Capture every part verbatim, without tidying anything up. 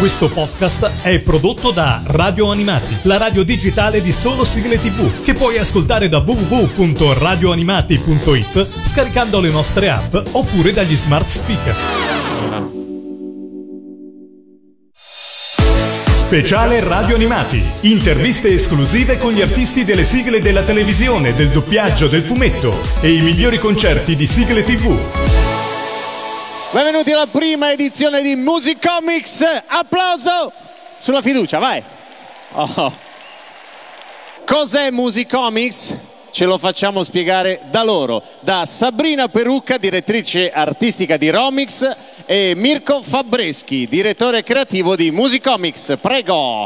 Questo podcast è prodotto da Radio Animati, la radio digitale di solo sigle tivù, che puoi ascoltare da w w w punto radio animati punto i t scaricando le nostre app oppure dagli smart speaker. Speciale Radio Animati. Interviste esclusive con gli artisti delle sigle della televisione, del doppiaggio, del fumetto e i migliori concerti di sigle tivù. Benvenuti alla prima edizione di Musicomics. Applauso sulla fiducia, vai. Oh. Cos'è Musicomics? Ce lo facciamo spiegare da loro, da Sabrina Perucca, direttrice artistica di Romix, e Mirko Fabreschi, direttore creativo di Musicomics. Prego.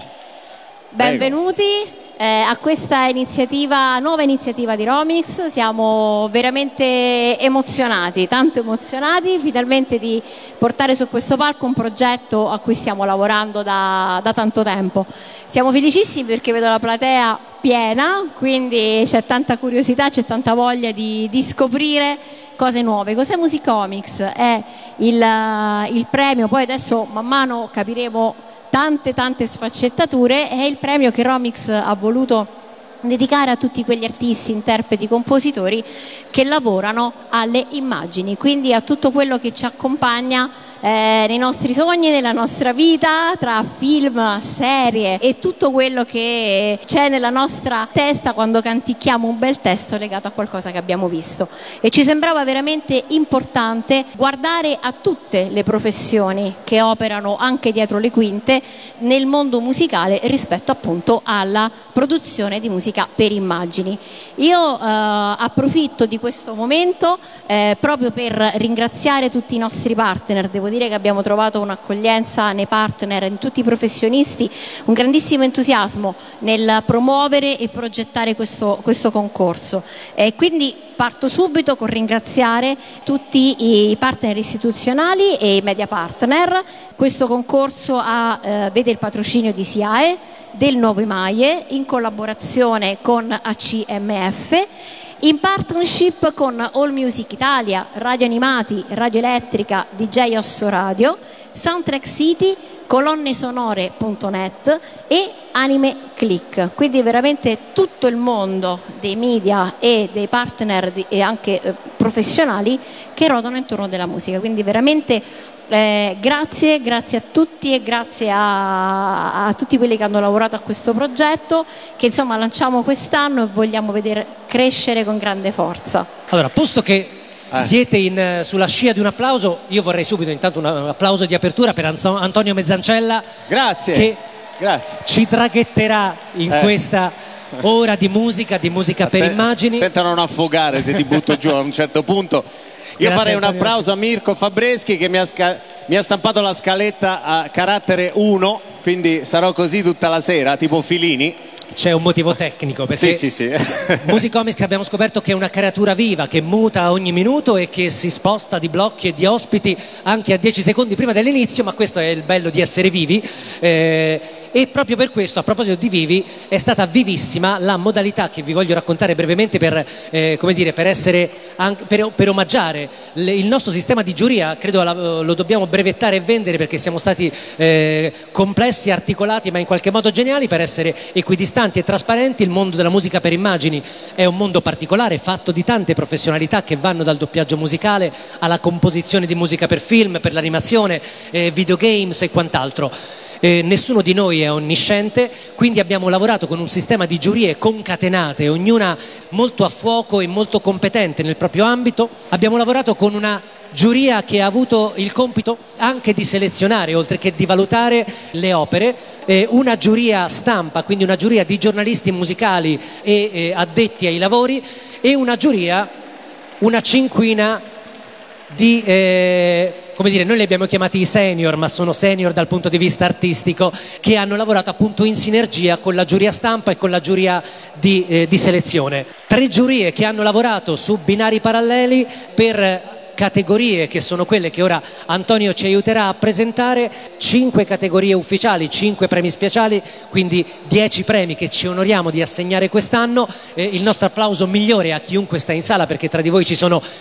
Benvenuti eh, a questa iniziativa, nuova iniziativa di Romix. Siamo veramente emozionati, tanto emozionati finalmente di portare su questo palco un progetto a cui stiamo lavorando da, da tanto tempo. Siamo felicissimi perché vedo la platea piena, quindi c'è tanta curiosità, c'è tanta voglia di, di scoprire cose nuove. Cos'è Musicomics? È il, il premio, poi adesso man mano capiremo tante tante sfaccettature, è il premio che Romix ha voluto dedicare a tutti quegli artisti, interpreti, compositori che lavorano alle immagini, quindi a tutto quello che ci accompagna eh, nei nostri sogni, nella nostra vita, tra film, serie e tutto quello che c'è nella nostra testa quando canticchiamo un bel testo legato a qualcosa che abbiamo visto. E ci sembrava veramente importante guardare a tutte le professioni che operano anche dietro le quinte nel mondo musicale rispetto appunto alla produzione di musica per immagini. Io eh, approfitto di questo momento eh, proprio per ringraziare tutti i nostri partner. Devo dire che abbiamo trovato un'accoglienza nei partner, in tutti i professionisti, un grandissimo entusiasmo nel promuovere e progettare questo, questo concorso. E quindi parto subito con ringraziare tutti i partner istituzionali e i media partner. Questo concorso ha, eh, vede il patrocinio di SIAE, del Nuovo Emaie, in collaborazione con A C M F, in partnership con All Music Italia, Radio Animati, Radio Elettrica, D J Osso Radio, Soundtrack City, colonnesonore punto net e Anime Click. Quindi veramente tutto il mondo dei media e dei partner di, e anche eh, professionali che ruotano intorno della musica. Quindi veramente eh, grazie, grazie a tutti e grazie a, a tutti quelli che hanno lavorato a questo progetto, che insomma lanciamo quest'anno e vogliamo vedere crescere con grande forza. Allora, posto che Eh. siete in, sulla scia di un applauso, io vorrei subito intanto un applauso di apertura per Anzo- Antonio Mezzancella. Grazie. Che Grazie. ci traghetterà in Eh. questa ora di musica, di musica per Atten- immagini. Tenta non affogare se ti butto giù a un certo punto. Io Grazie, farei un Antonio. applauso a Mirko Fabreschi che mi ha, sca- mi ha stampato la scaletta a carattere uno, quindi sarò così tutta la sera, tipo Filini. C'è un motivo tecnico, perché Sì, sì, sì. Musicomics abbiamo scoperto che è una creatura viva che muta ogni minuto e che si sposta di blocchi e di ospiti anche a dieci secondi prima dell'inizio, ma questo è il bello di essere vivi. Eh, E proprio per questo, a proposito di vivi, è stata vivissima la modalità che vi voglio raccontare brevemente per, eh, come dire, per essere anche, per, per omaggiare le, il nostro sistema di giuria. Credo la, lo dobbiamo brevettare e vendere, perché siamo stati eh, complessi, articolati, ma in qualche modo geniali, per essere equidistanti e trasparenti. Il mondo della musica per immagini è un mondo particolare, fatto di tante professionalità che vanno dal doppiaggio musicale alla composizione di musica per film, per l'animazione, eh, videogames e quant'altro. Eh, nessuno di noi è onnisciente, quindi abbiamo lavorato con un sistema di giurie concatenate, ognuna molto a fuoco e molto competente nel proprio ambito. Abbiamo lavorato con una giuria che ha avuto il compito anche di selezionare, oltre che di valutare le opere, eh, una giuria stampa, quindi una giuria di giornalisti musicali e eh, addetti ai lavori, e una giuria, una cinquina di... Eh, come dire, noi li abbiamo chiamati i senior, ma sono senior dal punto di vista artistico, che hanno lavorato appunto in sinergia con la giuria stampa e con la giuria di, eh, di selezione. Tre giurie che hanno lavorato su binari paralleli per categorie che sono quelle che ora Antonio ci aiuterà a presentare, cinque categorie ufficiali, cinque premi speciali, quindi dieci premi che ci onoriamo di assegnare quest'anno. Eh, il nostro applauso migliore a chiunque sta in sala, perché tra di voi ci sono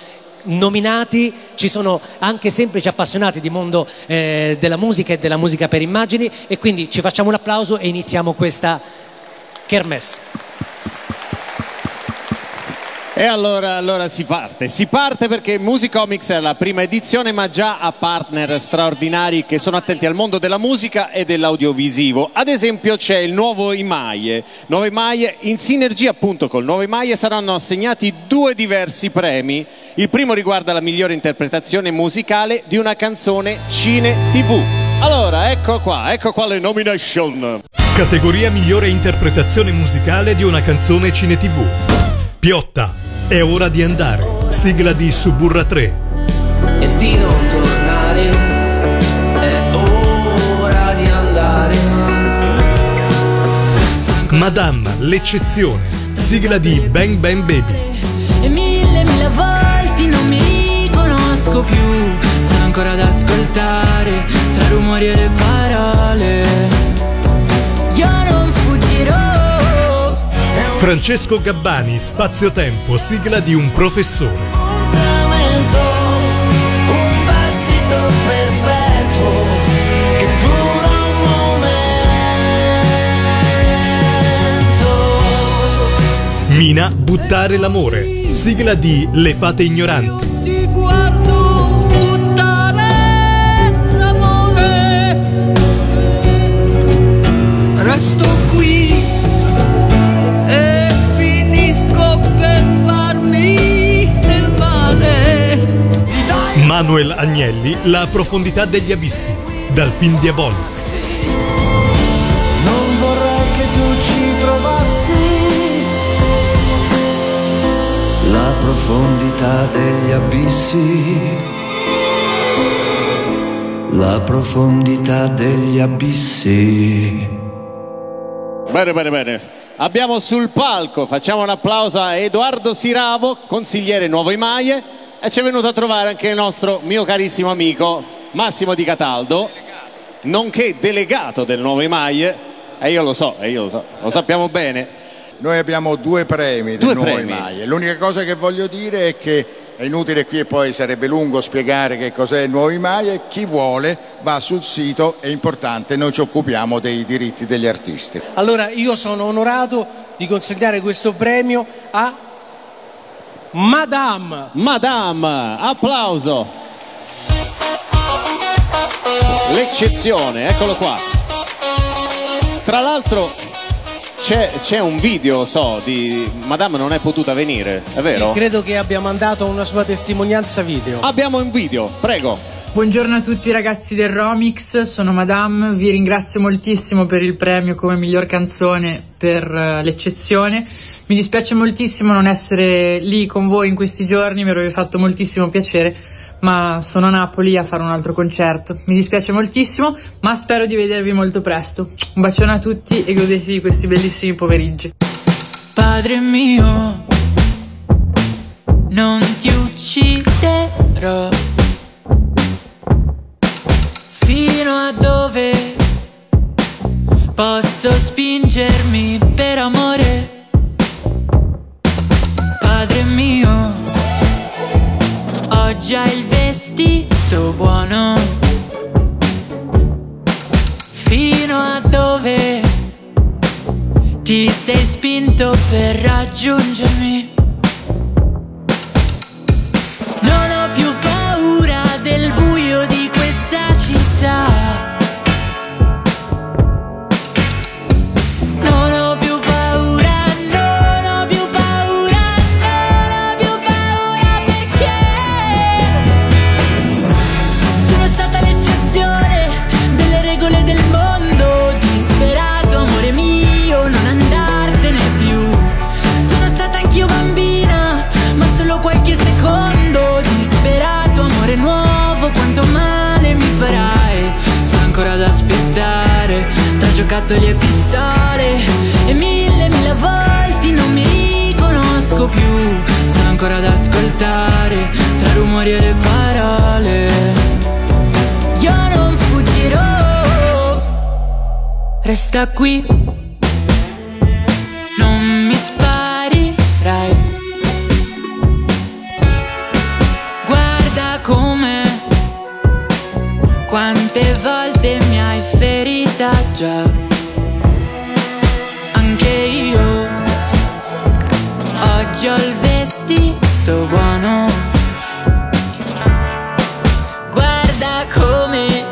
nominati, ci sono anche semplici appassionati di mondo eh, della musica e della musica per immagini, e quindi ci facciamo un applauso e iniziamo questa kermesse. E allora, allora si parte, si parte perché Musicomics è la prima edizione, ma già ha partner straordinari che sono attenti al mondo della musica e dell'audiovisivo. Ad esempio c'è il Nuovo Imaie. Nuovo Imaie, in sinergia appunto col Nuovo Imaie saranno assegnati due diversi premi. Il primo riguarda la migliore interpretazione musicale di una canzone cine tivù. Allora, ecco qua, ecco qua le nomination. Categoria migliore interpretazione musicale di una canzone cine tivù. Piotta, è ora di andare. Sigla di Suburra tre. E di non tornare, è ora di andare. Madame, l'eccezione. Sigla di Bang Bang Baby. E mille mille volte non mi riconosco più. Sono ancora ad ascoltare tra rumori e le parole. Io non fuggirò. Francesco Gabbani, Spazio-Tempo, sigla di Un professore. Un tramento, un battito perpetuo che dura un momento. Mina, Buttare l'amore, sigla di Le fate ignoranti. Ti guardo buttare l'amore. Resto qui. Manuel Agnelli, La profondità degli abissi, dal film Diabolico. Non vorrei che tu ci trovassi la profondità degli abissi, la profondità degli abissi. Bene, bene, bene. Abbiamo sul palco, facciamo un applauso a Edoardo Siravo, consigliere Nuovo Imaie, e ci è venuto a trovare anche il nostro mio carissimo amico Massimo Di Cataldo, nonché delegato del Nuovo Imaie, e io lo so, e io lo so, lo sappiamo bene. Noi abbiamo due premi del Due Nuovo premi. Imaie. L'unica cosa che voglio dire è che è inutile qui, e poi sarebbe lungo spiegare che cos'è il Nuovo Imaie. Chi vuole va sul sito, è importante, noi ci occupiamo dei diritti degli artisti. Allora io sono onorato di consegnare questo premio a Madame. Madame, applauso. L'eccezione, eccolo qua. Tra l'altro c'è, c'è un video, so, di Madame non è potuta venire, è vero? Sì, credo che abbia mandato una sua testimonianza video. Abbiamo un video, prego. Buongiorno a tutti ragazzi del Romix, sono Madame, vi ringrazio moltissimo per il premio come miglior canzone per uh, l'eccezione. Mi dispiace moltissimo non essere lì con voi in questi giorni, mi avrebbe fatto moltissimo piacere, ma sono a Napoli a fare un altro concerto. Mi dispiace moltissimo, ma spero di vedervi molto presto. Un bacione a tutti e godetevi di questi bellissimi pomeriggi. Padre mio, non ti ucciderò. Fino a dove posso spingermi per amore? Padre mio, ho già il vestito buono. Fino a dove ti sei spinto per raggiungermi? Non ho più paura del buio di questa città. Non ho più paura, non ho più paura, non ho più paura perché sono stata l'eccezione delle regole del mondo. Disperato, amore mio, non andartene più. Sono stata anch'io bambina, ma solo qualche secondo. Disperato, amore nuovo, quanto male mi farai. Sono ancora ad aspettare tra giocattoli e pistole, e mille mille volte non mi riconosco più. Sono ancora ad ascoltare tra rumori e le parole. Io non fuggirò, resta qui, non mi sparirai. adagia. Anche io oggi ho il vestito buono. Guarda come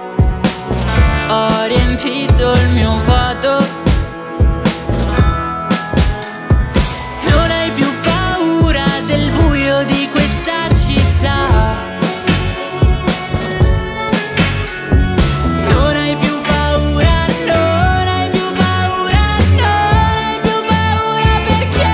ho riempito il mio vuoto. Non hai più paura del buio di questa città. Non hai più paura, non hai più paura, non hai più paura perché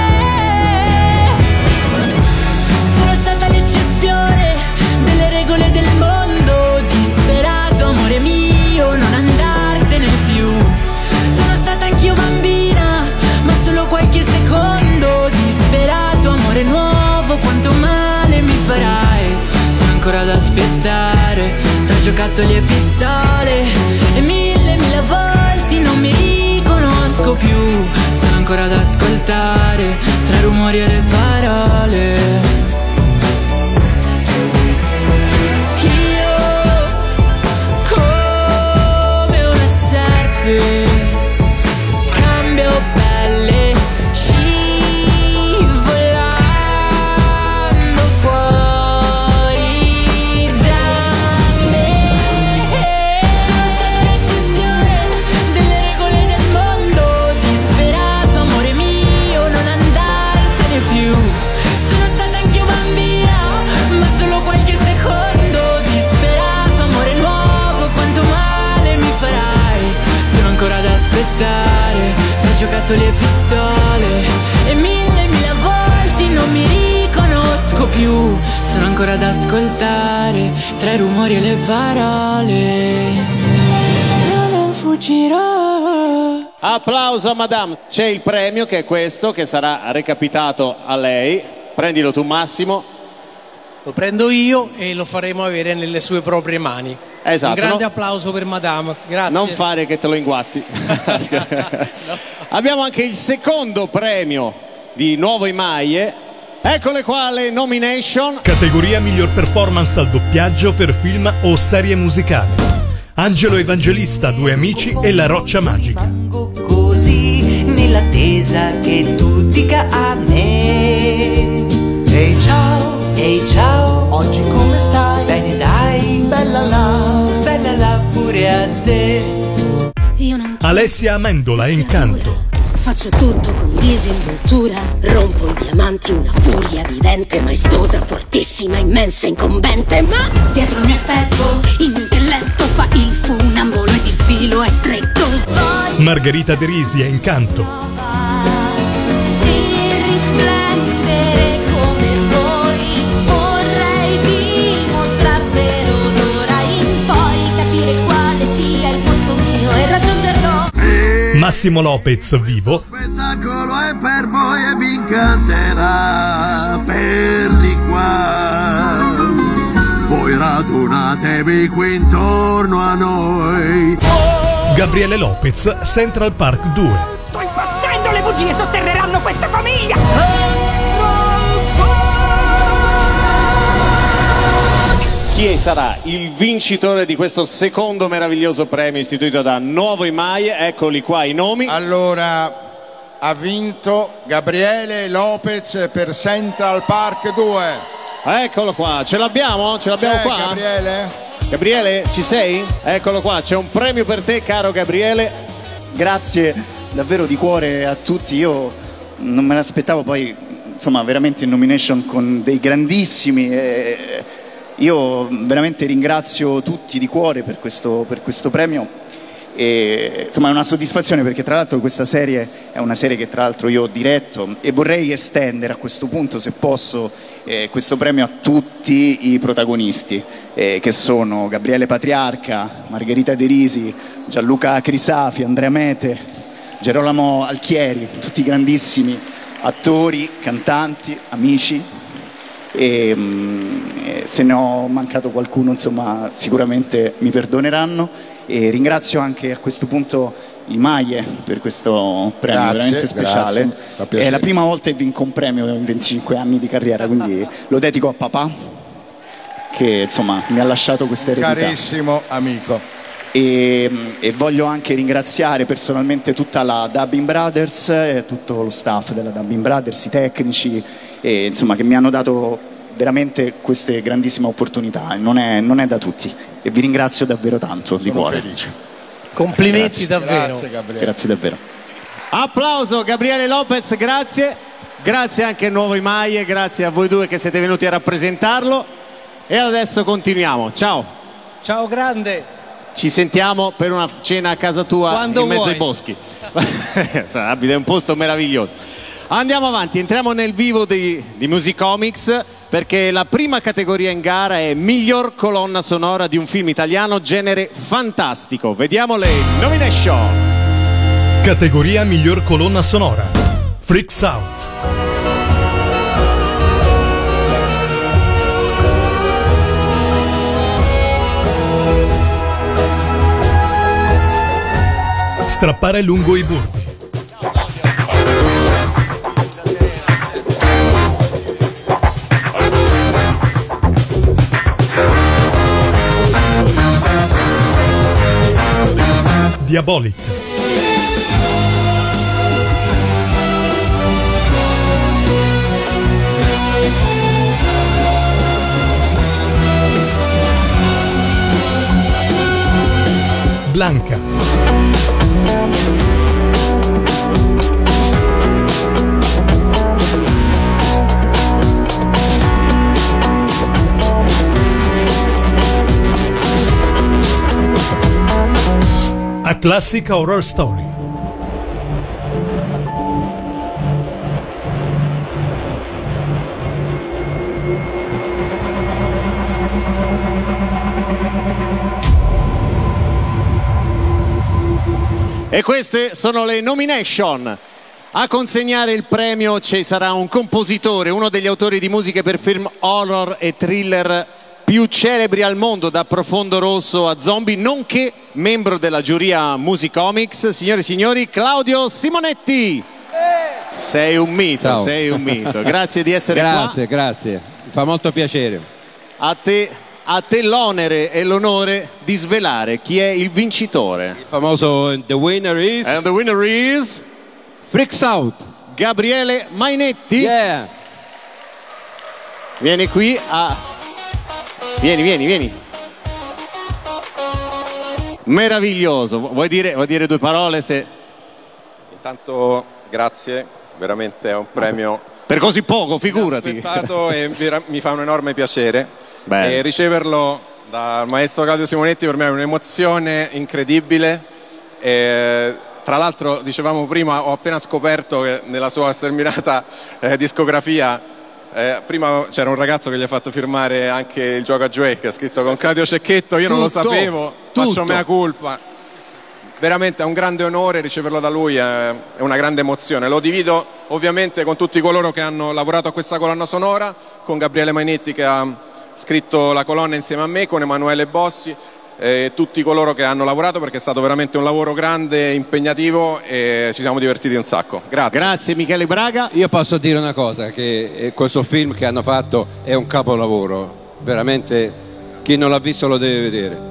sono stata l'eccezione delle regole del mondo. Disperato, amore mio, non andartene più. Sono stata anch'io bambina, ma solo qualche secondo. Disperato, amore nuovo, quanto male mi farai. Sono ancora ad aspettare, tra giocattoli e pistole, e mille, mille volte non mi riconosco più. Sono ancora ad ascoltare, tra rumori e le parole. Cambio pelle, scivolando fuori da me. Sono stata l'eccezione delle regole del mondo. Disperato, amore mio, non andartene più. Sono stata anch'io bambina, ma solo qualche secondo. Disperato, amore nuovo, quanto male mi farai. Sono ancora ad aspettare, tra giocattoli e pistole, e mille, mille volte non mi riconosco più. Sono ancora ad ascoltare, tra i rumori e le parole. Non fuggirò. Applauso a Madame. C'è il premio che è questo, che sarà recapitato a lei. Prendilo tu, Massimo. Lo prendo io e lo faremo avere nelle sue proprie mani. Esatto. Un grande no? applauso per Madame, grazie. Non fare che te lo inguatti. No. Abbiamo anche il secondo premio di Nuovo Emaille. Eccole qua le nomination. Categoria miglior performance al doppiaggio per film o serie musicale. Angelo Evangelista, Due amici e La roccia magica. Così nell'attesa che tu dica a me. Ehi ciao, ehi ciao, oggi come stai? Bene dai, bella là, bella là pure a te. Io non Alessia Amendola, Incanto. faccio tutto con disinvoltura. Rompo i diamanti, una furia vivente, maestosa, fortissima, immensa, incombente. Ma dietro mi aspetto, il mio intelletto fa il funambolo ed il filo è stretto. Margherita De Risi, Incanto. Risplendere come voi, vorrei dimostrarvelo d'ora in poi, capire quale sia il posto mio e raggiungerlo. Massimo Lopez, Vivo. Lo spettacolo è per voi e vi incanterà per di qua. Voi radunatevi qui intorno a noi. Gabriele Lopez, Central Park due. Sto impazzendo, le bugie sotterreranno questa famiglia! Chi sarà il vincitore di questo secondo meraviglioso premio istituito da Nuovo Emaille? Eccoli qua i nomi. Allora, ha vinto Gabriele Lopez per Central Park due. Eccolo qua, ce l'abbiamo? Ce l'abbiamo C'è qua? Gabriele? Gabriele, ci sei? Eccolo qua, c'è un premio per te, caro Gabriele. Grazie davvero di cuore a tutti, io non me l'aspettavo, poi insomma veramente in nomination con dei grandissimi, e io veramente ringrazio tutti di cuore per questo, per questo premio, e insomma è una soddisfazione perché tra l'altro questa serie è una serie che tra l'altro io ho diretto e vorrei estendere a questo punto, se posso, eh, questo premio a tutti i protagonisti, eh, che sono Gabriele Patriarca, Margherita De Risi, Gianluca Crisafi, Andrea Mete, Gerolamo Alchieri, tutti grandissimi attori, cantanti, amici, e mh, se ne ho mancato qualcuno insomma sicuramente mi perdoneranno, e ringrazio anche a questo punto Emaille per questo premio. Grazie, veramente speciale, grazie, fa piacere. è la prima volta che vinco un premio in venticinque anni di carriera, quindi lo dedico a papà che insomma mi ha lasciato questa eredità. Carissimo amico. e, e voglio anche ringraziare personalmente tutta la Dubbing Brothers e tutto lo staff della Dubbing Brothers, i tecnici, e, insomma, che mi hanno dato veramente queste grandissime opportunità, non è, non è da tutti, e vi ringrazio davvero tanto di Sono cuore. felice. Complimenti Grazie. davvero. Grazie, Gabriele. Grazie davvero. Applauso Gabriele Lopez, grazie. Grazie anche a Nuovo Imaie, grazie a voi due che siete venuti a rappresentarlo. E adesso continuiamo. Ciao. Ciao grande. Ci sentiamo per una cena a casa tua Quando in mezzo vuoi. ai boschi. Abita un posto meraviglioso. Andiamo avanti, entriamo nel vivo di, di Musicomics, perché la prima categoria in gara è miglior colonna sonora di un film italiano genere fantastico. Vediamo le nomination. Categoria miglior colonna sonora. Freaks Out. Strappare lungo i bordi. Diabolic. Blanca. A Classic Horror Story. E queste sono le nomination. A consegnare il premio ci sarà un compositore, uno degli autori di musiche per film horror e thriller più celebri al mondo, da Profondo Rosso a Zombie, nonché membro della giuria Musicomics. Signore e signori, Claudio Simonetti. Sei un mito, Ciao. sei un mito. Grazie di essere Grazie, grazie. Mi fa molto piacere. qua. A te, a te l'onere e l'onore di svelare chi è il vincitore. Il famoso The Winner is... And the winner is... Freaks Out. Gabriele Mainetti. Yeah. Vieni qui a... Vieni, vieni, vieni. Meraviglioso. Vuoi dire, vuoi dire due parole? Se... Intanto grazie, veramente è un premio per così poco, figurati. inaspettato e vera- mi fa un enorme piacere. Bene. E riceverlo dal maestro Claudio Simonetti per me è un'emozione incredibile. E, tra l'altro, dicevamo prima, ho appena scoperto che nella sua sterminata eh, discografia Eh, prima c'era un ragazzo che gli ha fatto firmare anche il gioco a Jouet, che ha scritto con Claudio Cecchetto. Io non lo Tutto, sapevo, tutto. faccio mea culpa. Veramente è un grande onore riceverlo da lui, è è una grande emozione. Lo divido ovviamente con tutti coloro che hanno lavorato a questa colonna sonora, con Gabriele Mainetti che ha scritto la colonna insieme a me, con Emanuele Bossi, e tutti coloro che hanno lavorato, perché è stato veramente un lavoro grande, impegnativo, e ci siamo divertiti un sacco. Grazie. Grazie Michele Braga. Io posso dire una cosa, che eh, questo film che hanno fatto è un capolavoro. Veramente chi non l'ha visto lo deve vedere.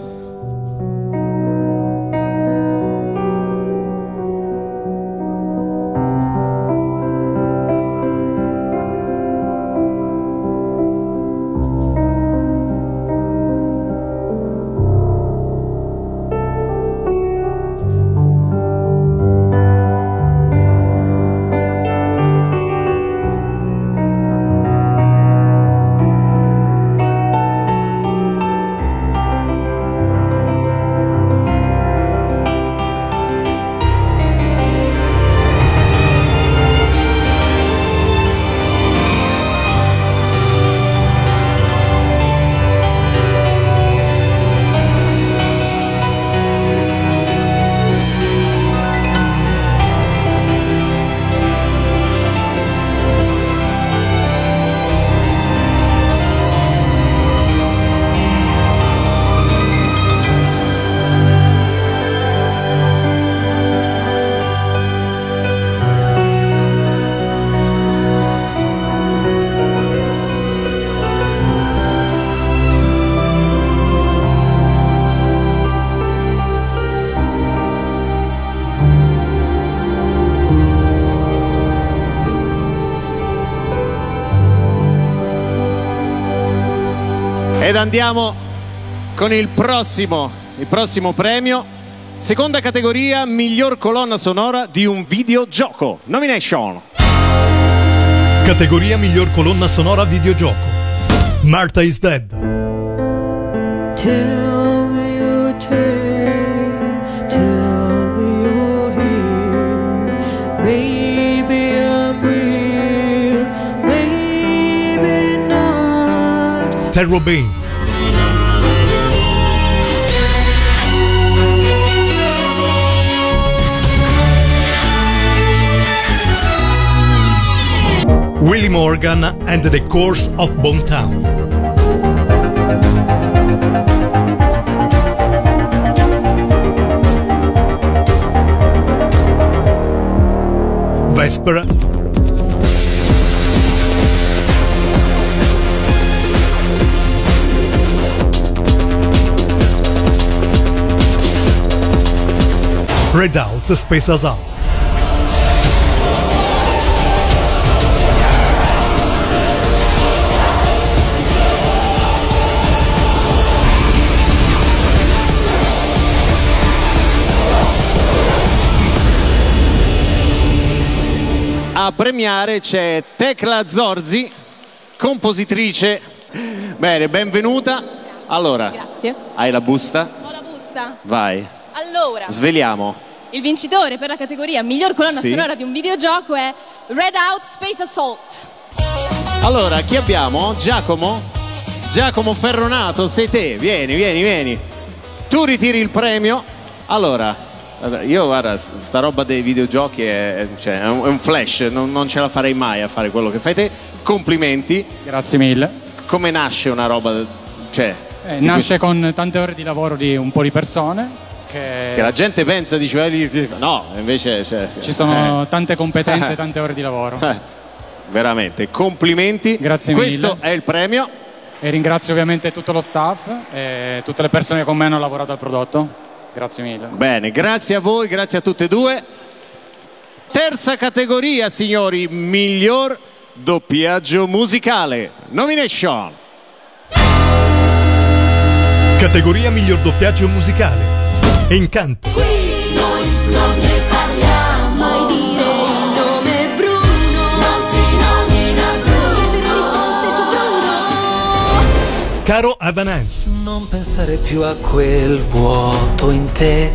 Ed andiamo con il prossimo, il prossimo premio. Seconda categoria, miglior colonna sonora di un videogioco. Nomination. Categoria miglior colonna sonora videogioco. Martha is Dead. Tell me your tale, tell me you're here. Maybe I'm real, maybe not. Terror Bane. Willie Morgan and the Course of Bone Town. Vesper. Redout Space Assault. A premiare c'è Tecla Zorzi, compositrice. Bene, benvenuta. Allora, Grazie. hai la busta? Ho la busta. Vai, Allora, sveliamo. il vincitore per la categoria miglior colonna Sì. sonora di un videogioco è Redout Space Assault. Allora, chi abbiamo? Giacomo? Giacomo Ferronato, sei te. Vieni, vieni, vieni. Tu ritiri il premio. Allora, io guarda, sta roba dei videogiochi è, cioè, è, un, è un flash, non, non ce la farei mai a fare quello che fai te. Complimenti. Grazie mille. Come nasce una roba, cioè, Eh, di nasce questo- con tante ore di lavoro di un po' di persone che, che la gente pensa, dice, eh, lì- no, invece cioè, ci sono eh. tante competenze e tante ore di lavoro. Eh, veramente, complimenti. Grazie Questo mille. è il premio. E ringrazio ovviamente tutto lo staff e tutte le persone che con me hanno lavorato al prodotto. Grazie mille. Bene, grazie a voi, grazie a tutte e due. Terza categoria, signori, miglior doppiaggio musicale. Nomination. Categoria miglior doppiaggio musicale. Encanto. Noi non ne parliamo, mai dire il nome Bruno. Non si nomina Bruno. Chiedere risposte su Bruno. Caro Evanescence. Non pensare più a quel vuoto in te.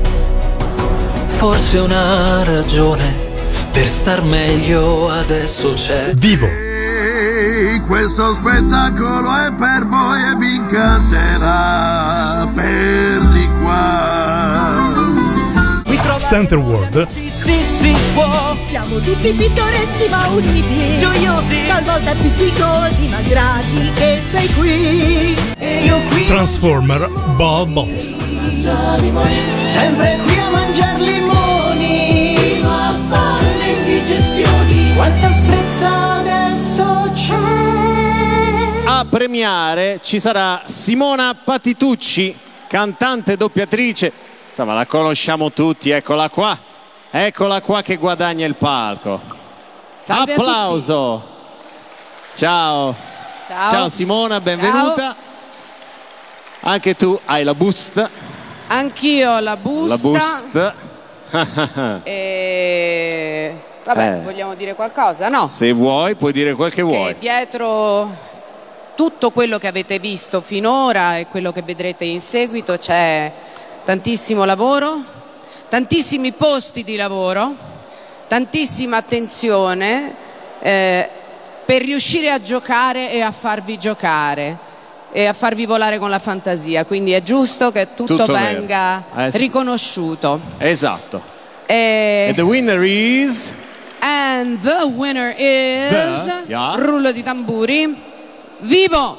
Forse una ragione per star meglio adesso c'è. Vivo. E questo spettacolo è per voi e vi incanterà per di qua. Center World. Sì, sì, può. Siamo tutti pittoreschi ma uniti, gioiosi, talvolta appiccicosi ma grati che sei qui. E io qui Transformer Ball Boss. sempre qui a mangiar limoni, fino a fare le indigestioni. Quanta sprezza adesso c'è. A premiare ci sarà Simona Patitucci, cantante doppiatrice. Insomma, la conosciamo tutti, eccola qua. Eccola qua che guadagna il palco. Salve a Applauso. Ciao. Ciao. Ciao Simona, benvenuta. Anche tu hai la busta. Anch'io ho la busta. La busta. E vabbè, Eh. vogliamo dire qualcosa, no? Se vuoi, puoi dire quel che vuoi. Che dietro tutto quello che avete visto finora e quello che vedrete in seguito c'è tantissimo lavoro, tantissimi posti di lavoro, tantissima attenzione eh, per riuscire a giocare e a farvi giocare e a farvi volare con la fantasia, quindi è giusto che tutto, Tutto vero. venga Eh sì. riconosciuto. Esatto. E... And the winner is... And the winner is The- yeah. rullo di tamburi, Vivo.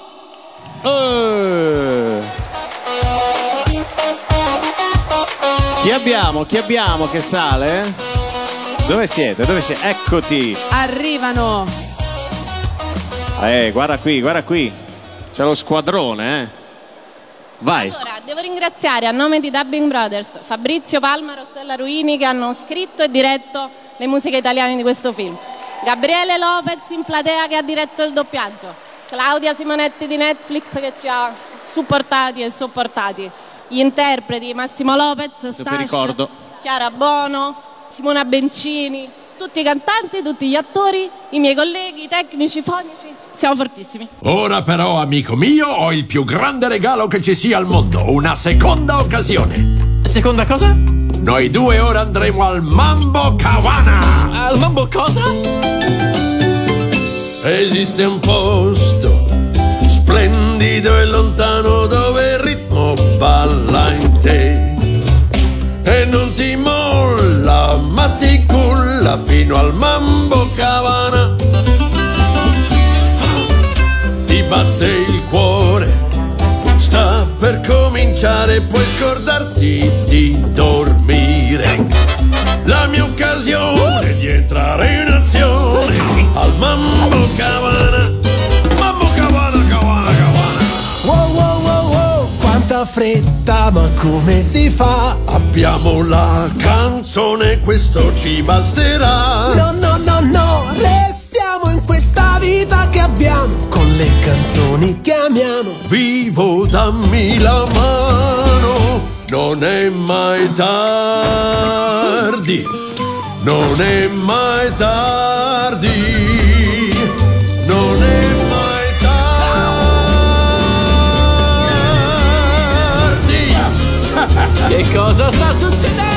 Eh. Chi abbiamo? Chi abbiamo che sale? Dove siete? Dove siete? Eccoti. Arrivano Eh, guarda qui, guarda qui. C'è lo squadrone, eh. Vai. Allora, devo ringraziare a nome di Dubbing Brothers Fabrizio Palma e Rossella Ruini che hanno scritto e diretto le musiche italiane di questo film, Gabriele Lopez in platea che ha diretto il doppiaggio, Claudia Simonetti di Netflix che ci ha supportati e sopportati. Gli interpreti Massimo Lopez, Stash, ricordo. Chiara Bono, Simona Bencini, tutti i cantanti, tutti gli attori, i miei colleghi, i tecnici, i fonici. Siamo fortissimi. Ora però, amico mio, ho il più grande regalo che ci sia al mondo, una seconda occasione. Seconda cosa? Noi due ora andremo al Mambo Cabana. Al Mambo cosa? Esiste un posto splendido e lontano dove il ritmo balla in te e non ti molla ma ti culla fino al Mambo Cabana. Ti batte il cuore, sta per cominciare, puoi scordarti di dormire. La mia occasione di entrare in azione al Mambo Cabana. Mambo Cabana, Cabana, Cabana. Wow, wow, wow, wow, quanta fretta, ma come si fa? Abbiamo la canzone, questo ci basterà. No, no, no, no, restiamo in questa vita che abbiamo, con le canzoni che amiamo. Vivo, dammi la mano, non è mai tardi, non è mai tardi, non è mai tardi. Che cosa sta succedendo?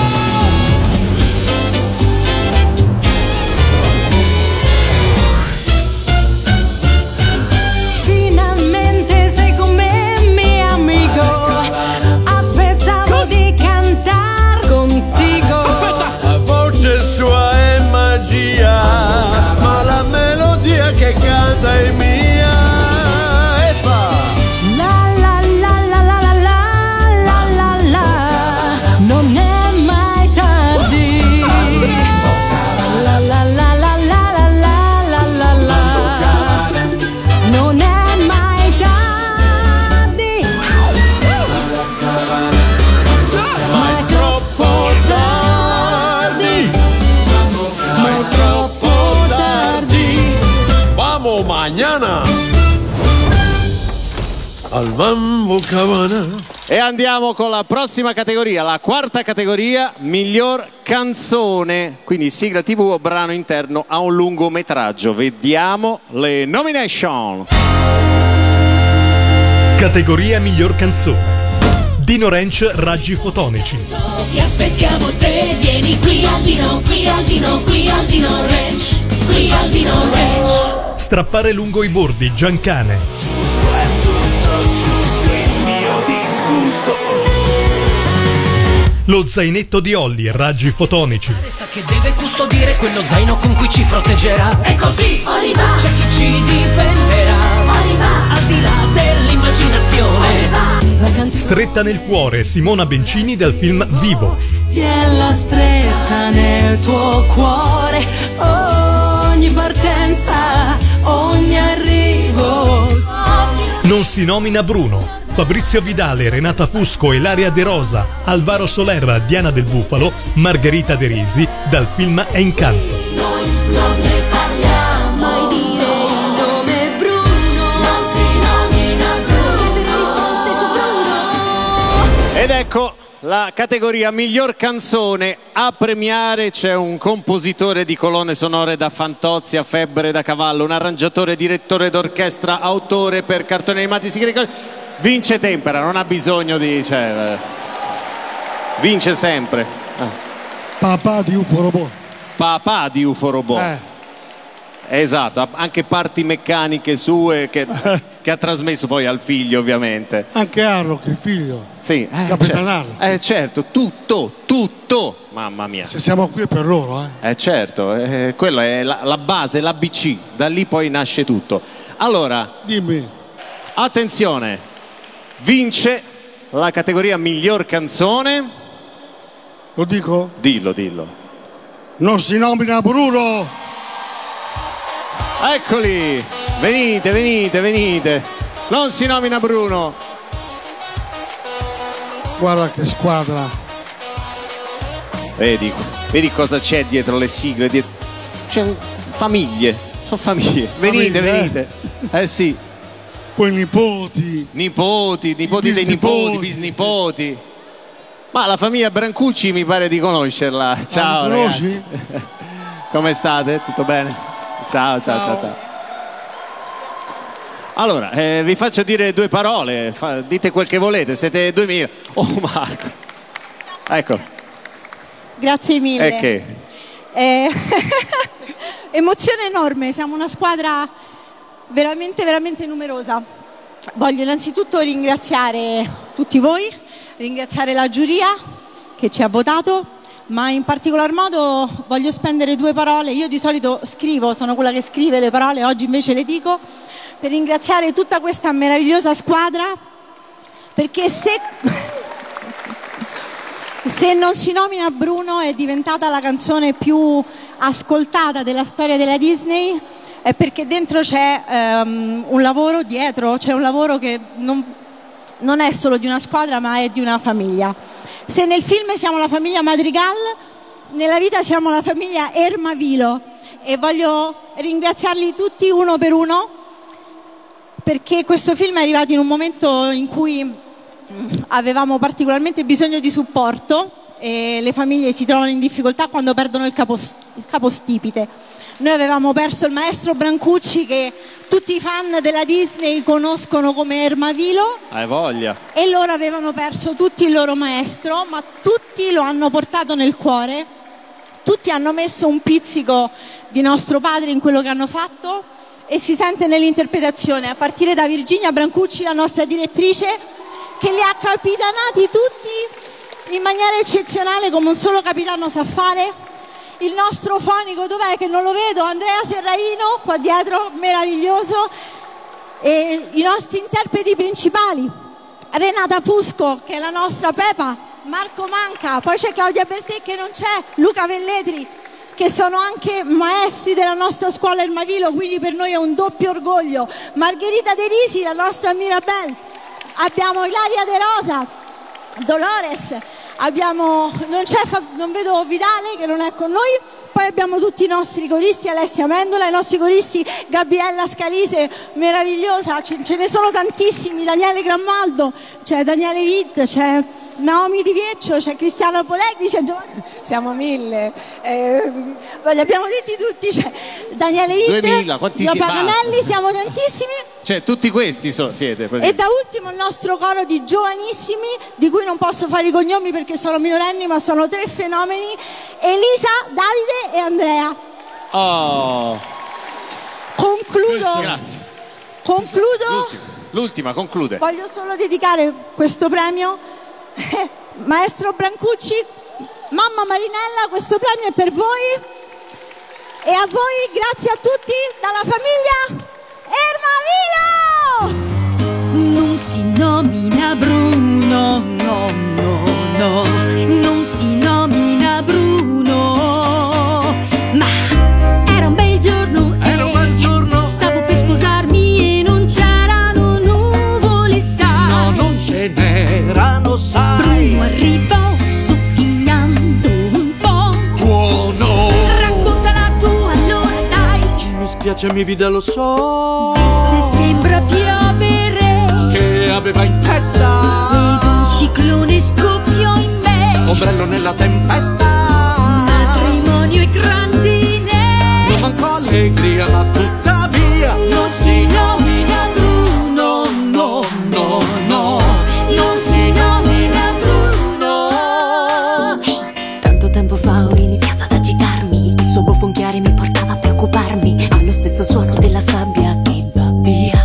Finalmente sei con me, mio amico. Aspettavo di cantar contigo. La voce sua è magia, ma la melodia che canta è mia. E fa La la la la la la la la la, non è mai tardi. La la la la la la la la la, non è mai tardi. ma è troppo tardi, ma è troppo tardi. Vamos mañana al Mambo Cabana. E andiamo con la prossima categoria, la quarta categoria, miglior canzone, quindi sigla tivù o brano interno a un lungometraggio. Vediamo le nomination. Categoria miglior canzone. Dino Ranch, Raggi Fotonici. Ti aspettiamo te, vieni qui al Dino, qui al Dino, qui al Dino Ranch, qui al Dino Ranch. Strappare lungo i bordi, Giancane. Lo zainetto di Olli, Raggi Fotonici. Sa che deve custodire quello zaino con cui ci proteggerà. È così, Oliva. C'è chi ci difenderà. Oliva. Al di là dell'immaginazione. Stretta nel cuore, Simona Bencini del film Vivo. Tienila stretta nel tuo cuore, ogni partenza, ogni arrivo. Non si nomina Bruno. Fabrizio Vidale, Renata Fusco, Ilaria De Rosa, Alvaro Soler, Diana del Bufalo, Margherita De Risi dal film Encanto. Noi non ne parliamo, mai dire il nome Bruno. Non si nomina Bruno, chiedere risposte su Bruno. Ed ecco la categoria miglior canzone. A premiare c'è un compositore di colonne sonore da Fantozzi a Febbre da Cavallo, un arrangiatore, direttore d'orchestra, autore per cartoni animati, si ricorda. Vince Tempera, non ha bisogno di... Cioè, vince sempre. Ah. Papà di U F O Robot. Papà di U F O Robot. Eh. Esatto, ha anche parti meccaniche sue che, che ha trasmesso poi al figlio, ovviamente. Anche Harlock, il figlio. Sì, eh, Capitan certo. Harlock. Eh certo, tutto, tutto. Mamma mia. Se siamo qui per loro, eh. Eh certo, eh, quella è la, la base, l'A B C, da lì poi nasce tutto. Allora, dimmi. Attenzione. Vince la categoria miglior canzone. Lo dico? Dillo, dillo. Non si nomina Bruno. Eccoli, venite, venite, venite. Non si nomina Bruno. Guarda che squadra. Vedi, vedi cosa c'è dietro le sigle. Dietro... C'è famiglie. Sono famiglie. Venite, Famiglia, venite. Eh sì. Poi nipoti. Nipoti, nipoti dei nipoti, bisnipoti. Ma la famiglia Brancucci mi pare di conoscerla. Ciao, Ah, ragazzi. conosci? Come state? Tutto bene? Ciao, ciao, ciao, ciao. Allora, eh, vi faccio dire due parole. Fa- dite quel che volete, siete duemila. Oh, Marco. Ecco. Grazie mille. E che? Eh, emozione enorme, siamo una squadra veramente, veramente numerosa. Voglio innanzitutto ringraziare tutti voi, ringraziare la giuria che ci ha votato, ma in particolar modo voglio spendere due parole. Io di solito scrivo, sono quella che scrive le parole, oggi invece le dico, per ringraziare tutta questa meravigliosa squadra, perché se... Se non si nomina Bruno è diventata la canzone più ascoltata della storia della Disney, è perché dentro c'è um, un lavoro dietro, c'è un lavoro che non, non è solo di una squadra ma è di una famiglia. Se nel film siamo la famiglia Madrigal, nella vita siamo la famiglia Ermavilo e voglio ringraziarli tutti uno per uno, perché questo film è arrivato in un momento in cui avevamo particolarmente bisogno di supporto e le famiglie si trovano in difficoltà quando perdono il, capos- il capostipite. Noi avevamo perso il maestro Brancucci, che tutti i fan della Disney conoscono come Ermavilo, Hai voglia. e loro avevano perso tutti il loro maestro, ma tutti lo hanno portato nel cuore, tutti hanno messo un pizzico di nostro padre in quello che hanno fatto e si sente nell'interpretazione, a partire da Virginia Brancucci, la nostra direttrice, che li ha capitanati tutti in maniera eccezionale come un solo capitano sa fare. Il nostro fonico, dov'è che non lo vedo? Andrea Serraino, qua dietro, meraviglioso. E i nostri interpreti principali, Renata Fusco, che è la nostra Pepa, Marco Manca, poi c'è Claudia Bertè che non c'è, Luca Velletri, che sono anche maestri della nostra scuola Ermavilo, quindi per noi è un doppio orgoglio. Margherita De Risi, la nostra Mirabelle. Abbiamo Ilaria De Rosa, Dolores, abbiamo, non, c'è, non vedo Vidale che non è con noi, poi abbiamo tutti i nostri coristi, Alessia Mendola, i nostri coristi Gabriella Scalise, meravigliosa, ce, ce ne sono tantissimi, Daniele Grammaldo, c'è Daniele Witt, c'è Naomi Rivieccio, c'è Cristiano Polegri, c'è Giovanni. Siamo mille. Eh... Li abbiamo detti tutti, c'è Daniele Witt, duemila, quantissimi, Paganelli, siamo tantissimi. Cioè, tutti questi so, siete. E da ultimo il nostro coro di giovanissimi, di cui non posso fare i cognomi perché sono minorenni, ma sono tre fenomeni: Elisa, Davide e Andrea. Oh. Concludo. Grazie. Concludo. L'ultima, l'ultima conclude. Voglio solo dedicare questo premio, maestro Brancucci, mamma Marinella, questo premio è per voi e a voi, grazie a tutti, dalla famiglia Ermavilo! Non si nomina Bruno, no, no, no, non si nomina Bruno, ma era un bel giorno, era un bel giorno, stavo per sposarmi e non c'erano nuvole, sai, No, non ce n'erano, sai. Bruno arrivò sottigliando un po', Buono. raccontala tu allora dai, Mi spiace, mi vide, lo so. se sembra piovere, Che aveva in testa ed un ciclone scoppiò in me, ombrello nella tempesta. matrimonio e grandine, Non mancò allegria, ma tuttavia non si nomina Bruno, no, no, no, non si nomina Bruno. Tanto tempo fa ho iniziato ad agitarmi, il suo bofonchiare mi portava a preoccuparmi, ha lo stesso suono della sabbia che va via.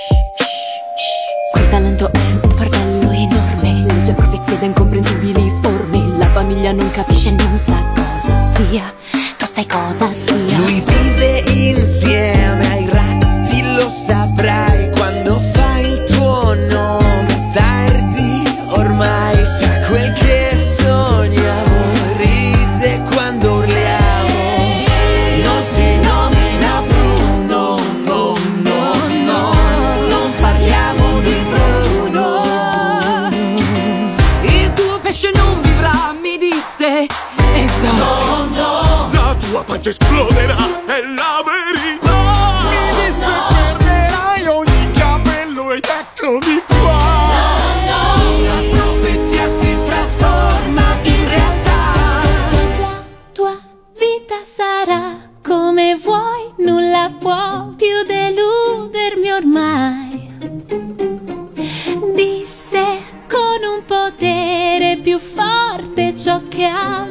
Quel talento è un fardello enorme, le sue profezie da incomprensibili forme, la famiglia non capisce, non sa cosa sia, tu sai cosa sia. Lui vive insieme ai ratti, lo saprai quando fai il tuo nome tardi, ormai sa quel che sogniamo, ride quando urliamo, non si nomina Bruno, no, no, no, non parliamo di Bruno. Il tuo pesce non vivrà, mi disse, e No, no, la tua pancia esploderà, è la verità.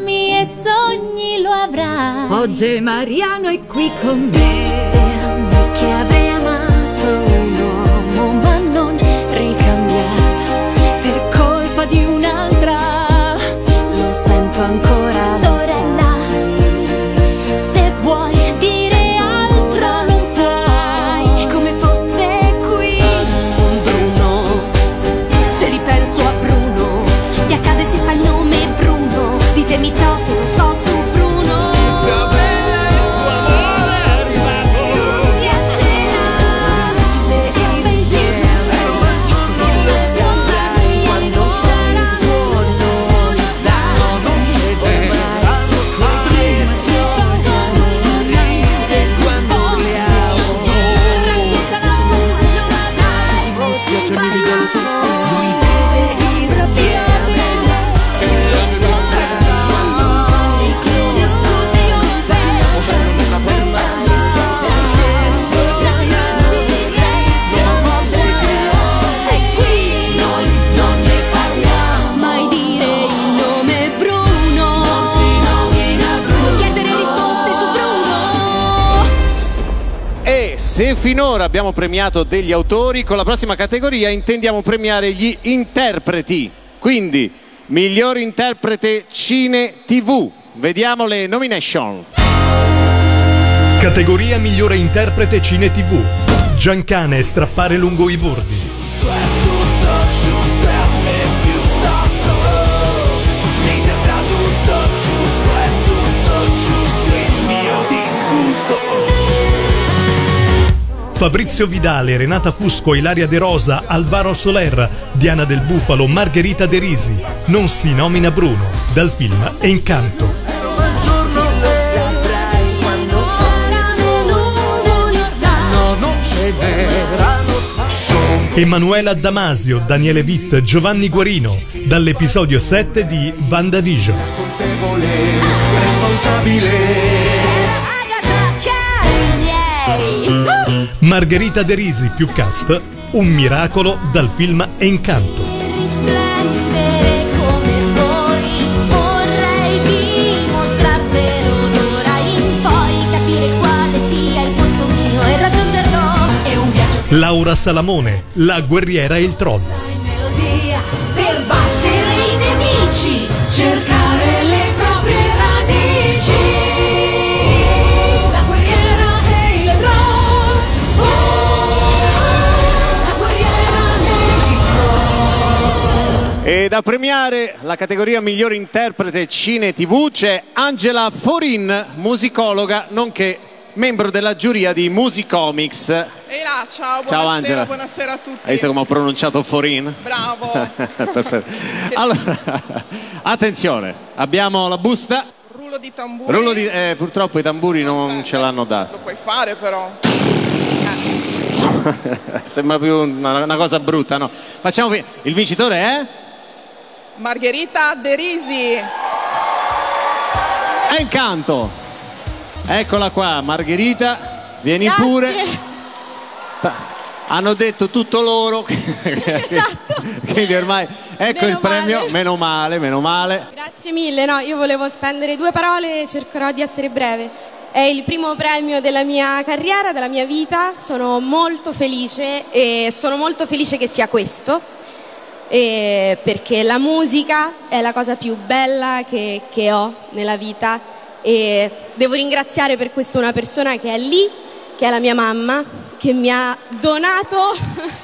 sogni e sogni lo avrai. Oggi Mariano è qui con me. Se anni che avrei amato un uomo ma non ricambiata per colpa di un'altra, lo sento ancora. Sorella, se vuoi dire altro non puoi, come fosse qui. Bruno, se ripenso a Bruno, ti accade si fa il nome Bruno. Ditemi ciò che non so su Bruno. Isabella, il tuo amore è arrivato. Tutti a cena, e insieme tutti lo saprai quando c'è il giorno. No, non c'è vera E quando le mai dire il nome Bruno, non chiedere risposte su Bruno. E se finora abbiamo premiato degli autori, con la prossima categoria intendiamo premiare gli interpreti. Quindi, miglior interprete cine tivù. Vediamo le nomination. Categoria migliore interprete cine tivù. Giancane e strappare lungo i bordi. mi sembra tutto giusto, è tutto giusto il mio disgusto. Fabrizio Vidale, Renata Fusco, Ilaria De Rosa, Alvaro Soler, Diana Del Bufalo, Margherita De Risi. Non si nomina Bruno, dal film Encanto. No, non c'è vera. Emanuela Damasio, Daniele Vitt, Giovanni Guarino, dall'episodio sette di WandaVision. Responsabile. Margherita De Risi più cast, Un miracolo dal film Encanto. Risplendere come voi, vorrei dimostrartelo d'ora in poi, capire quale sia il posto mio e raggiungerlo. È un viaggio Laura Salamone, La guerriera e il troll. melodia per battere i nemici, cercare le proprie radici. La guerriera e il troll, la guerriera e il troll. E da premiare la categoria miglior interprete cine tivù c'è Angela Forin, musicologa, nonché membro della giuria di Musicomics. Ehi là, ciao, buonasera, Ciao Angela. buonasera a tutti. Hai visto come ho pronunciato Forin? Bravo. Perfetto. Allora, attenzione, abbiamo la busta. Rullo di tamburi. Rullo di, eh, purtroppo i tamburi non ce l'hanno dato. Lo puoi fare però. Sembra più una, una cosa brutta, no? Facciamo qui. Il vincitore è? Margherita De Risi. Encanto. Eccola qua, Margherita, vieni Grazie. pure. Ta- Hanno detto tutto loro. Esatto. Quindi ormai ecco Meno il premio, male. meno male, meno male. Grazie mille, no, io volevo spendere due parole e cercherò di essere breve. È il primo premio della mia carriera, della mia vita, sono molto felice e sono molto felice che sia questo, e perché la musica è la cosa più bella che, che ho nella vita e devo ringraziare per questo una persona che è lì, che è la mia mamma, che mi ha donato,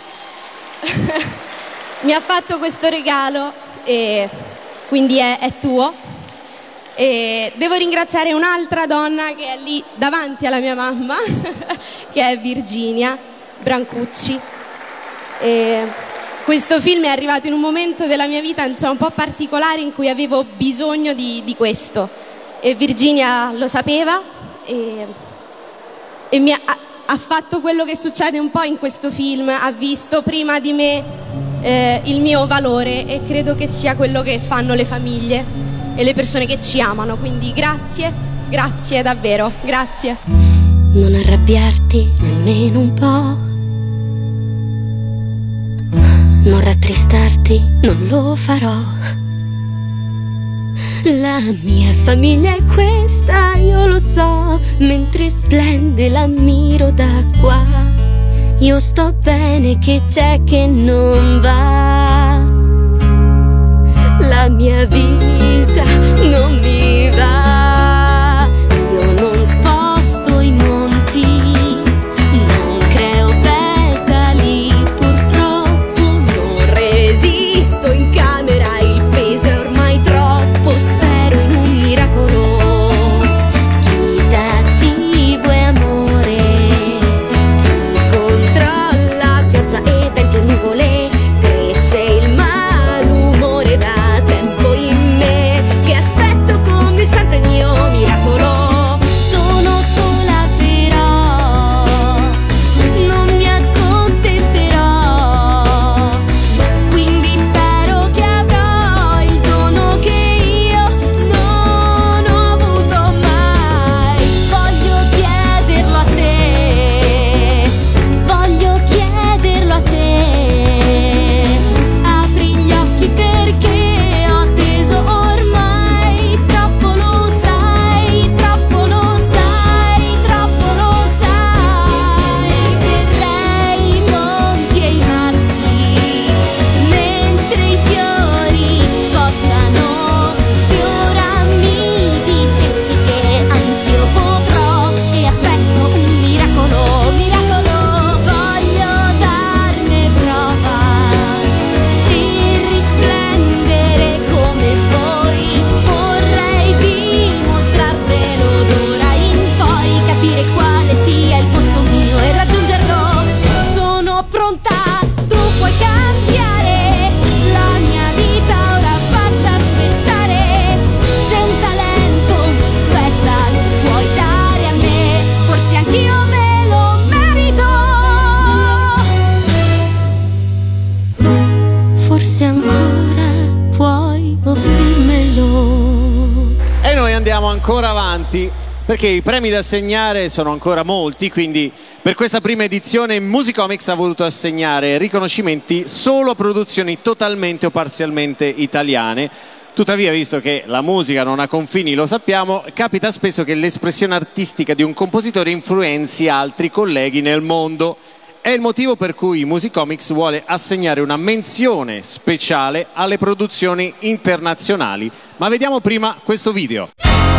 mi ha fatto questo regalo e quindi è, è tuo. E devo ringraziare un'altra donna che è lì davanti alla mia mamma, che è Virginia Brancucci. E questo film è arrivato in un momento della mia vita insomma, un po' particolare in cui avevo bisogno di, di questo. E Virginia lo sapeva e, e mi ha, ha fatto quello che succede un po' in questo film, ha visto prima di me eh, il mio valore e credo che sia quello che fanno le famiglie e le persone che ci amano, quindi grazie, grazie davvero, grazie. Non arrabbiarti nemmeno un po', non rattristarti, non lo farò. La mia famiglia è questa, io lo so, mentre splende l'ammiro da qua. Io sto bene, che c'è che non va. La mia vita non mi va. Io non sposto i monti, non creo petali, purtroppo non resisto in camera, il peso è ormai troppo, spero in un miracolo. Chi dà cibo e amore, chi controlla pioggia e vento e nuvole, cresce il malumore da tempo in me, che aspetto come sempre il mio miracolo. Sono sola però non mi accontenterò, quindi spero che avrò il dono che io non ho avuto mai. Voglio chiederlo a te, voglio chiederlo a te. Apri gli occhi perché ho atteso ormai, troppo lo sai, troppo lo sai, troppo lo sai. Terrei i monti e i massi, mentre i fiori scocciano. Se ora mi dicessi che anch'io potrò, e aspetto un miracolo, miracolo, voglio darne prova e risplendere come voi. Vorrei dimostrartelo d'ora in poi, capire quale sia il posto mio e raggiungerlo. Sono pronta, tu puoi cambiare la mia vita, ora basta aspettare. Se un talento mi aspetta lo puoi dare a me, forse anch'io me lo merito. Forse ancora puoi offrirmelo. E noi andiamo ancora avanti perché i premi da assegnare sono ancora molti, quindi per questa prima edizione Musicomics ha voluto assegnare riconoscimenti solo a produzioni totalmente o parzialmente italiane. Tuttavia, visto che la musica non ha confini, lo sappiamo, capita spesso che l'espressione artistica di un compositore influenzi altri colleghi nel mondo. È il motivo per cui Musicomics vuole assegnare una menzione speciale alle produzioni internazionali. Ma vediamo prima questo video.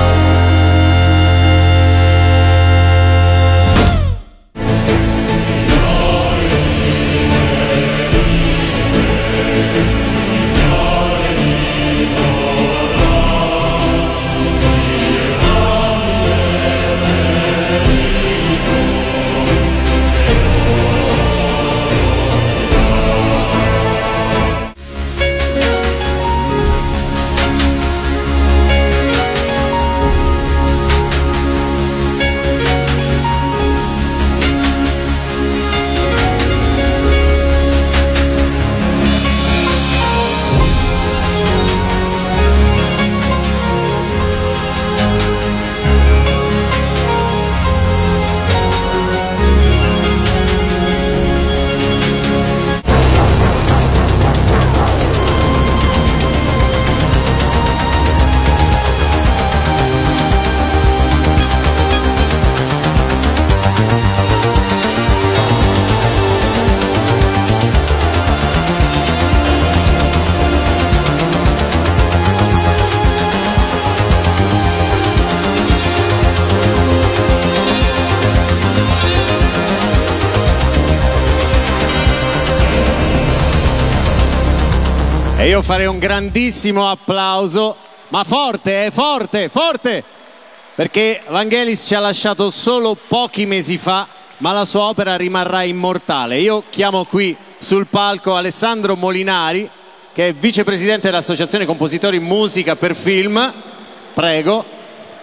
E io farei un grandissimo applauso, ma forte, eh, forte, forte, perché Vangelis ci ha lasciato solo pochi mesi fa, ma la sua opera rimarrà immortale. Io chiamo qui sul palco Alessandro Molinari, che è vicepresidente dell'Associazione Compositori Musica per Film. Prego.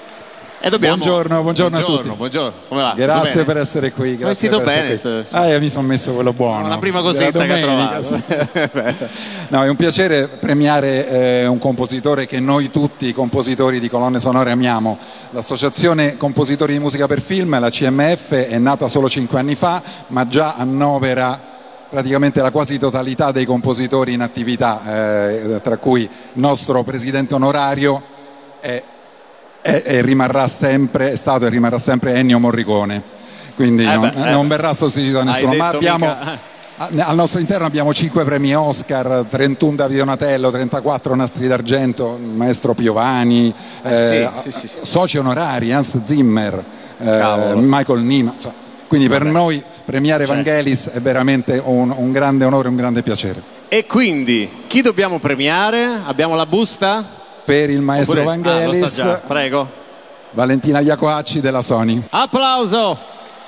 E dobbiamo... Buongiorno, buongiorno, buongiorno a tutti. Buongiorno, come va? Grazie per essere qui. Ho Grazie vestito per essere bene. qui. sto- Ah, io mi sono messo quello buono. La prima della cosetta che ho domenica, trovato. sì. No, è un piacere premiare eh, un compositore che noi tutti, compositori di colonne sonore, amiamo. L'Associazione Compositori di Musica per Film, la C M F, è nata solo cinque anni fa, ma già annovera praticamente la quasi totalità dei compositori in attività, eh, tra cui il nostro presidente onorario è, è, è rimarrà sempre, è stato e rimarrà sempre Ennio Morricone, quindi eh non, beh, eh non beh. verrà sostituito da nessuno, Hai ma detto abbiamo... mica- Al nostro interno abbiamo cinque premi Oscar, trentuno Davide Donatello, trentaquattro Nastri d'Argento, Maestro Piovani, Eh, eh, sì, sì, sì, sì. soci onorari, Hans Zimmer, eh, Cavolo. Michael Nyman. Insomma, quindi per Vabbè. noi premiare Certo. Vangelis è veramente un, un grande onore, un grande piacere. E quindi, chi dobbiamo premiare? Abbiamo la busta? Per il maestro Oppure- Ah, lo Vangelis, so già, prego. Valentina Iacoacci della Sony. Applauso!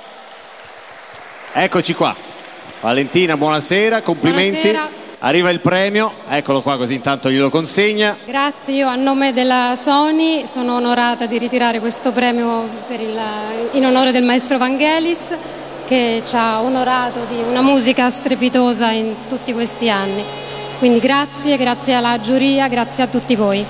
Eccoci qua. Valentina, buonasera, complimenti. Buonasera. Arriva il premio, eccolo qua così intanto glielo consegna. Grazie, io a nome della Sony sono onorata di ritirare questo premio per il- in onore del maestro Vangelis, che ci ha onorato di una musica strepitosa in tutti questi anni. Quindi grazie, grazie alla giuria, grazie a tutti voi.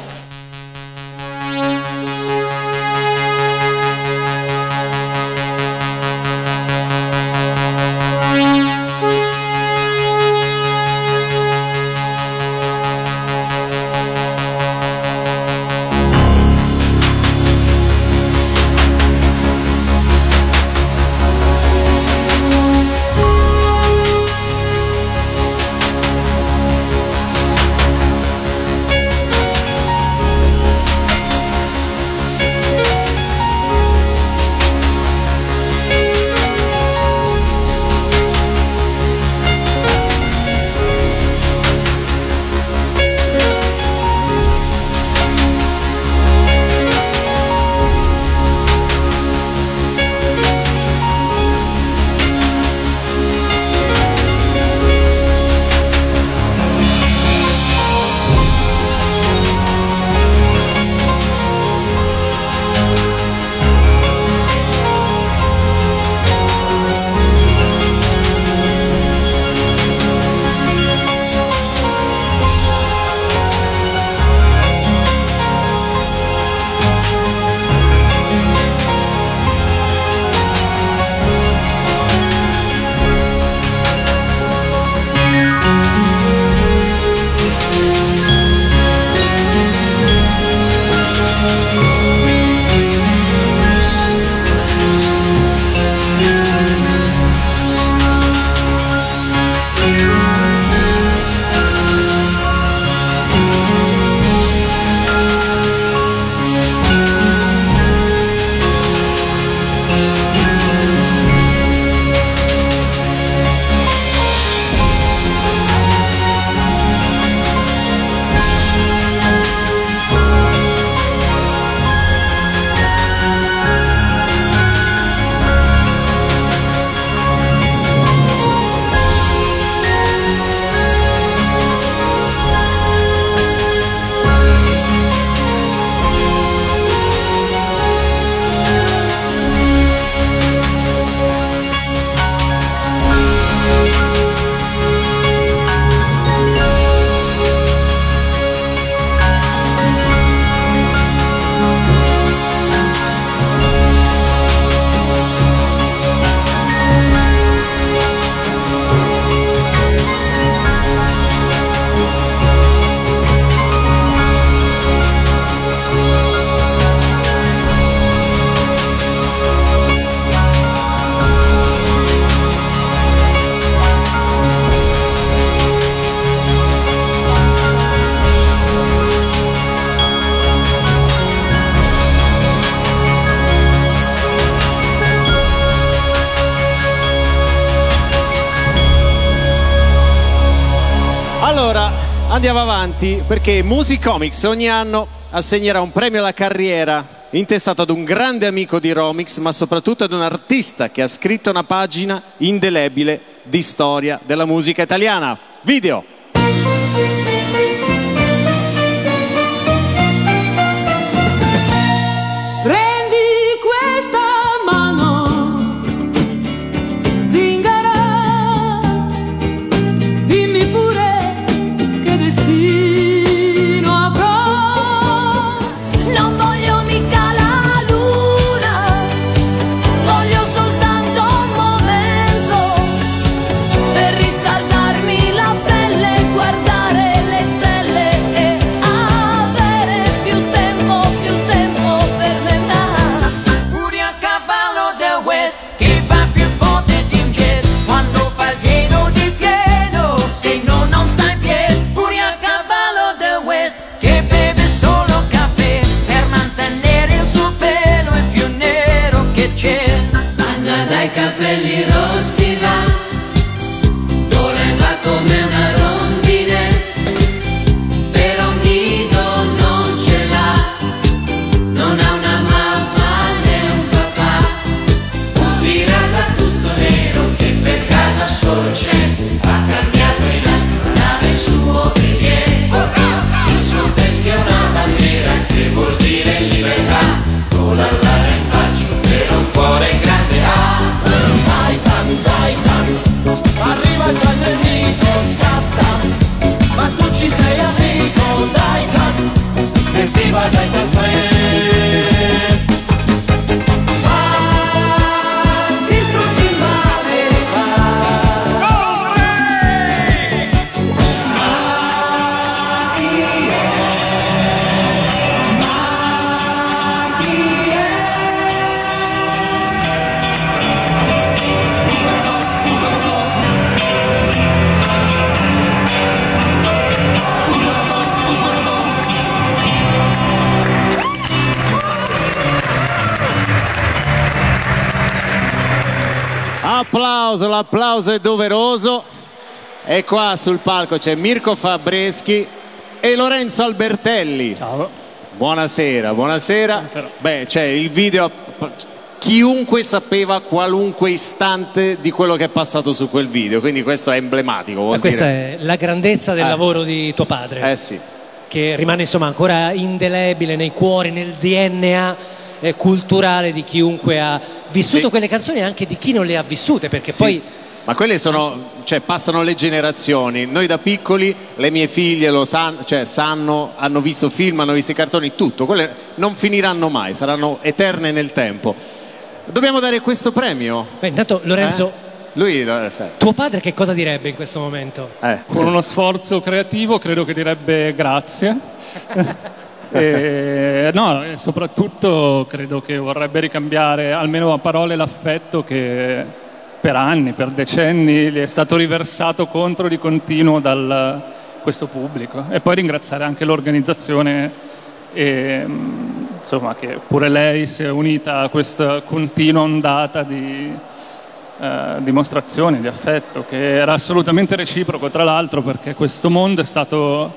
Allora, andiamo avanti perché Musicomics ogni anno assegnerà un premio alla carriera intestato ad un grande amico di Romix, ma soprattutto ad un artista che ha scritto una pagina indelebile di storia della musica italiana. Video! Prendi questa mano, zingara, dimmi pure che destino avrò. Non voglio mica la luna, voglio soltanto un momento per riscaldarmi la pelle capelli rossi va, vola come una rondine, però un nido non ce l'ha, non ha una mamma né un papà. Un pirata tutto nero che per casa solo c'è, ha cambiato in astronave il suo velier, il suo teschio è una bandiera che vuol dire libertà, vola all'aria in bacio però un cuore grande ha. Daitan, Daitan, arriva già il nemico, scatta, ma tu ci sei amico, Daitan, evviva Daitan tre. Applauso, l'applauso è doveroso. E qua sul palco c'è Mirko Fabreschi e Lorenzo Albertelli. Ciao. Buonasera, buonasera. Buonasera. Beh, c'è il video, chiunque sapeva qualunque istante di quello che è passato su quel video, quindi questo è emblematico. Vuol Ma questa dire... è la grandezza del Eh. lavoro di tuo padre. Eh sì. Che rimane insomma ancora indelebile nei cuori, nel D N A eh, culturale di chiunque ha vissuto Sì. quelle canzoni e anche di chi non le ha vissute, perché Sì. poi Ma quelle sono, cioè passano le generazioni. Noi da piccoli, le mie figlie lo sanno, cioè sanno, hanno visto film, hanno visto i cartoni, tutto. Quelle non finiranno mai, saranno eterne nel tempo. Dobbiamo dare questo premio. Beh, intanto Lorenzo, Eh? Lui, eh, sai. tuo padre che cosa direbbe in questo momento? Eh. Con uno sforzo creativo credo che direbbe grazie. E, no, e soprattutto credo che vorrebbe ricambiare almeno a parole l'affetto che per anni, per decenni gli è stato riversato contro di continuo da questo pubblico, e poi ringraziare anche l'organizzazione e, insomma, che pure lei si è unita a questa continua ondata di eh, dimostrazioni di affetto che era assolutamente reciproco, tra l'altro, perché questo mondo è stato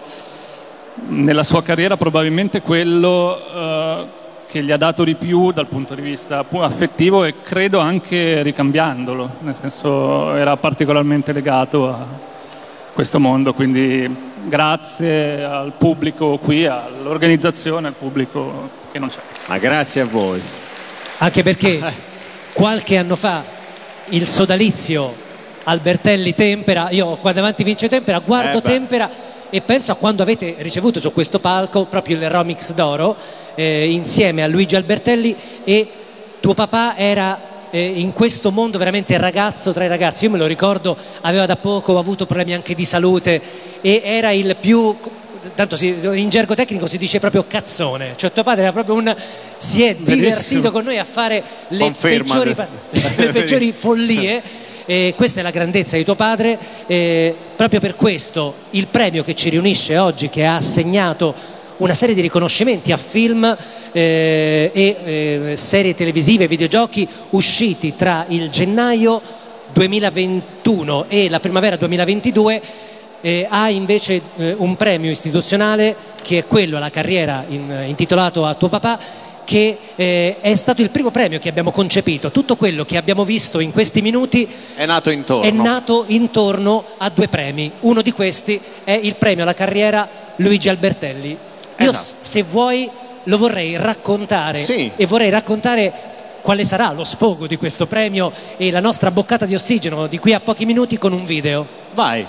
nella sua carriera probabilmente quello eh, che gli ha dato di più dal punto di vista affettivo, e credo anche ricambiandolo, nel senso era particolarmente legato a questo mondo, quindi grazie al pubblico qui, all'organizzazione, al pubblico che non c'è. Ma grazie a voi. Anche perché qualche anno fa il sodalizio Albertelli Tempera, io ho qua davanti Vince Tempera, guardo Eh beh. Tempera e penso a quando avete ricevuto su questo palco proprio il Romix d'Oro eh, insieme a Luigi Albertelli, e tuo papà era eh, in questo mondo veramente ragazzo tra i ragazzi. Io me lo ricordo, aveva da poco avuto problemi anche di salute e era il più, tanto si, in gergo tecnico si dice proprio cazzone, cioè tuo padre era proprio un, si è divertito Verissimo. con noi a fare le Conferma. peggiori, le peggiori follie. E questa è la grandezza di tuo padre, e proprio per questo il premio che ci riunisce oggi, che ha assegnato una serie di riconoscimenti a film eh, e eh, serie televisive e videogiochi usciti tra il gennaio duemilaventuno e la primavera duemilaventidue, eh, ha invece eh, un premio istituzionale che è quello alla carriera in, intitolato a tuo papà, che eh, è stato il primo premio che abbiamo concepito. Tutto quello che abbiamo visto in questi minuti È nato intorno. è nato intorno a due premi. Uno di questi è il premio alla carriera Luigi Albertelli. Io, Esatto. s- se vuoi, lo vorrei raccontare, Sì. e vorrei raccontare quale sarà lo sfogo di questo premio e la nostra boccata di ossigeno di qui a pochi minuti con un video. Vai.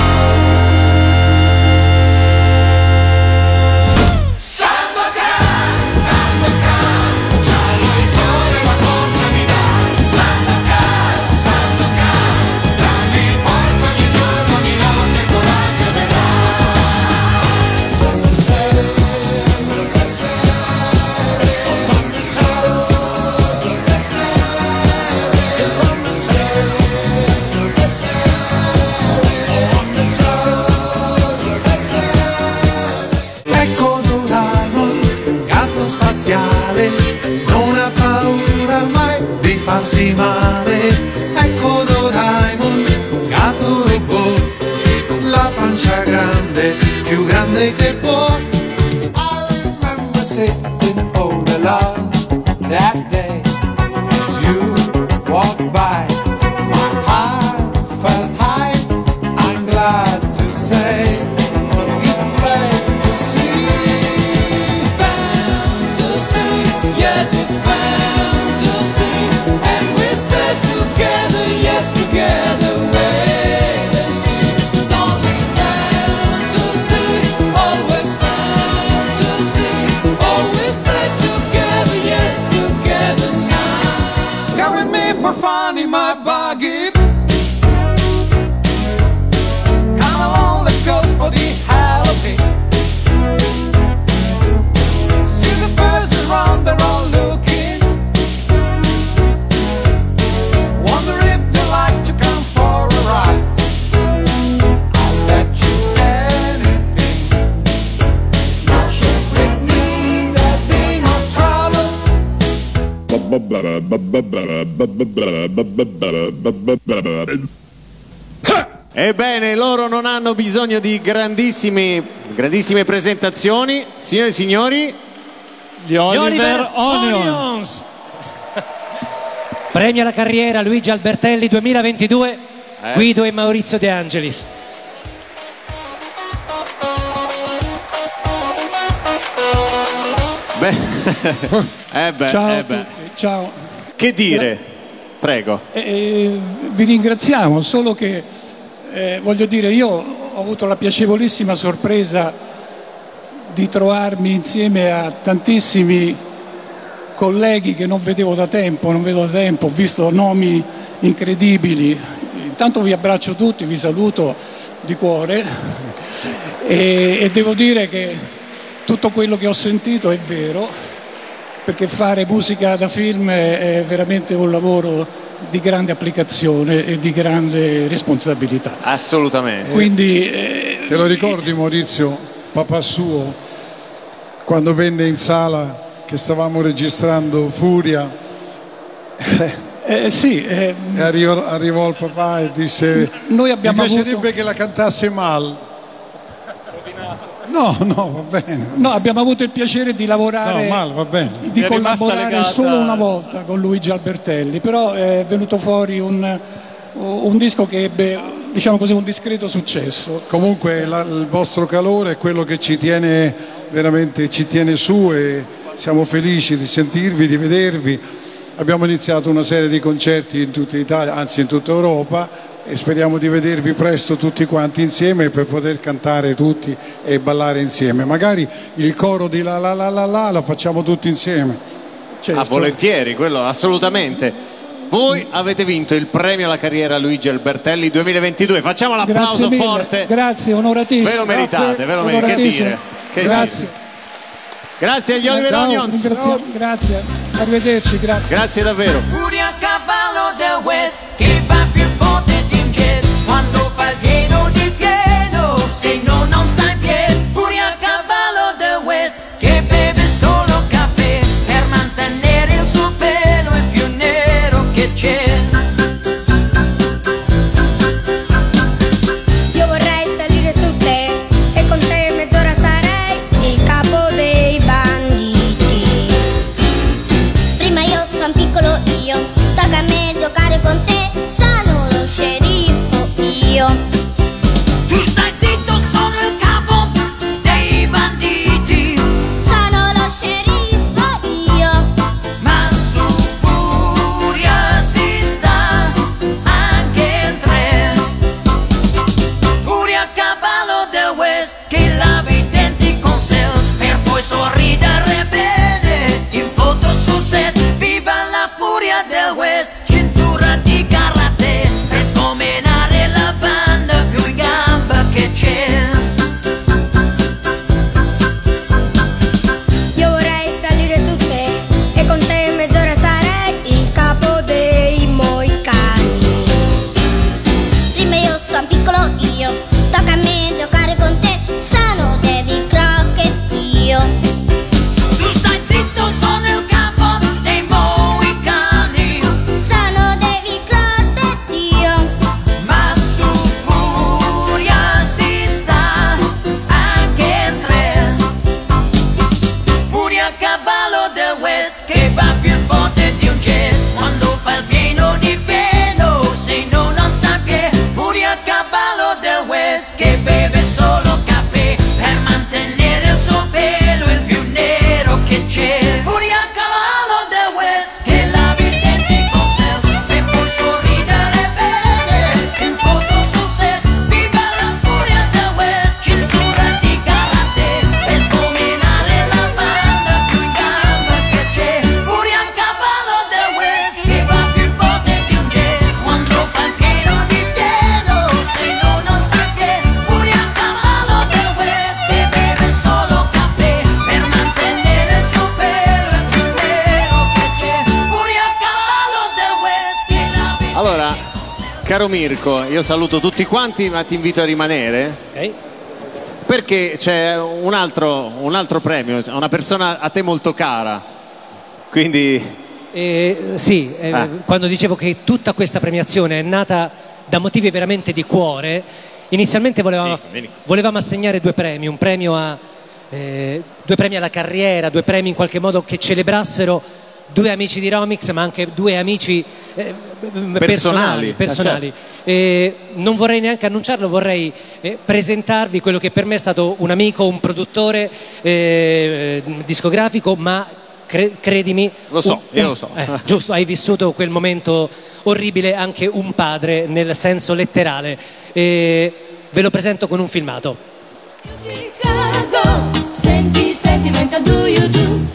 Ecco Doraemon, gatto spaziale, non ha paura mai di farsi male. Ecco grande che può. I remember sitting on the lawn that day as you walked by. My heart felt high, I'm glad to say it's plain to see. Fantasy, yes it's fantasy, and we stay together, yes together, wait and see. It's only fantasy, always fantasy, always stay together, yes together now. Come with me for fun in my buggy. Come along, let's go for the hell of it. See the birds around, they're all looking. Wonder if they like to come for a ride. I'll bet you anything. Not sure with me, there'll be no trouble. Ebbene, loro non hanno bisogno di grandissimi, grandissime presentazioni. Signore e signori, Gli Oliver Onions. Premio alla carriera Luigi Albertelli duemilaventidue, Eh. Guido e Maurizio De Angelis. beh, eh beh, Ciao eh a beh. tutti, ciao. Che dire? Prego. Eh, vi ringraziamo, solo che eh, voglio dire, io ho avuto la piacevolissima sorpresa di trovarmi insieme a tantissimi colleghi che non vedevo da tempo, non vedo da tempo, ho visto nomi incredibili. Intanto vi abbraccio tutti, vi saluto di cuore e, e devo dire che tutto quello che ho sentito è vero, perché fare musica da film è, è veramente un lavoro di grande applicazione e di grande responsabilità. Assolutamente. Quindi eh, te lo ricordi Maurizio, papà suo, quando venne in sala che stavamo registrando Furia? Eh, sì, eh, e arrivò, arrivò il papà e disse: noi abbiamo mi piacerebbe avuto... che la cantasse mal. No, no, va bene. No, abbiamo avuto il piacere di lavorare, No, mal, va bene. di Mi è rimasta collaborare legata- solo una volta con Luigi Albertelli, però è venuto fuori un, un disco che ebbe, diciamo così, un discreto successo. Comunque la- il vostro calore è quello che ci tiene veramente, ci tiene su e siamo felici di sentirvi, di vedervi. Abbiamo iniziato una serie di concerti in tutta Italia, anzi in tutta Europa, e speriamo di vedervi presto tutti quanti insieme per poter cantare tutti e ballare insieme. Magari il coro di la la la la la la facciamo tutti insieme. Certo. Ah, volentieri, quello assolutamente. Voi avete vinto il premio alla carriera Luigi Albertelli duemilaventidue. Facciamo Grazie l'applauso mille, forte. grazie, onoratissimo. Ve lo meritate, Grazie, ve lo meritate. Che onoratissimo. dire? Che Grazie. dire? Grazie agli Oliver Ciao, Onions. ringrazio- grazie, arrivederci, grazie. Grazie davvero. Furia a cavallo del West che va più forte di un jet quando fa il pieno di fieno, se no non sta in piedi. Furia a cavallo del West che beve solo caffè per mantenere il suo pelo il più nero che c'è. Io vorrei salire su te e con te mezz'ora sarei il capo dei banditi. Prima io son piccolo io, tocca a me giocare con te, sono lo sceriffo io. forte di un jet. Quando fa il pieno di fieno, se no non sta in piedi. Furia a cavallo del West che beve solo caffè per mantenere il suo pelo il più nero che c'è. Furia a cavallo del West che la vede con senso per poi sorridere bene in foto sul set. Viva la furia del West, cintura di karate per dominare la banda più in gamba che c'è. Furia a cavallo del West che va più forte di un jet. Quando fa il pieno di pieno, se no non sta in piedi. Furia a cavallo del West che beve solo caffè per mantenere il suo pelo il più nero che c'è. Furia a cavallo del West che la vede. Allora, caro Mirko, io saluto tutti quanti, ma ti invito a rimanere. Ok. Perché c'è un altro, un altro premio, una persona a te molto cara. Quindi. Eh, sì, eh, Ah. quando dicevo che tutta questa premiazione è nata da motivi veramente di cuore, inizialmente volevamo, Vieni, vieni. volevamo assegnare due premi, un premio a, eh, due premi alla carriera, due premi in qualche modo che celebrassero due amici di Romix, ma anche due amici eh, personali. Personali, personali. eh, Eh, non vorrei neanche annunciarlo, vorrei eh, presentarvi quello che per me è stato un amico, un produttore eh, discografico, ma cre- credimi... Lo so, un- io lo so. eh, giusto, hai vissuto quel momento orribile, anche un padre nel senso letterale. Eh, ve lo presento con un filmato. Chicago, senti, sentimental do you do?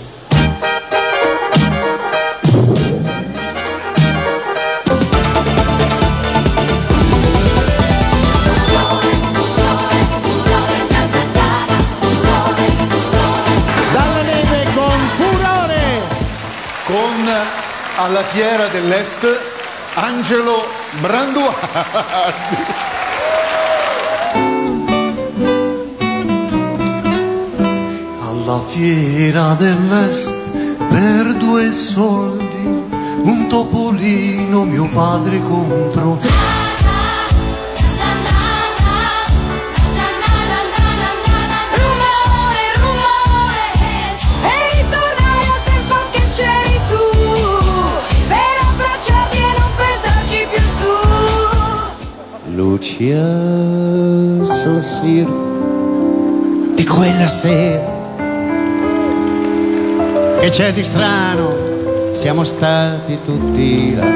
Dalla neve con furore. Con alla Fiera dell'Est Angelo Branduardi. Alla Fiera dell'Est per due soldi un topolino mio padre comprò. Rumore, rumore, e ritornare al tempo che c'eri tu, per abbracciarti e non pensarci più su. Lucia Sassir di quella sera che c'è di strano, siamo stati tutti là.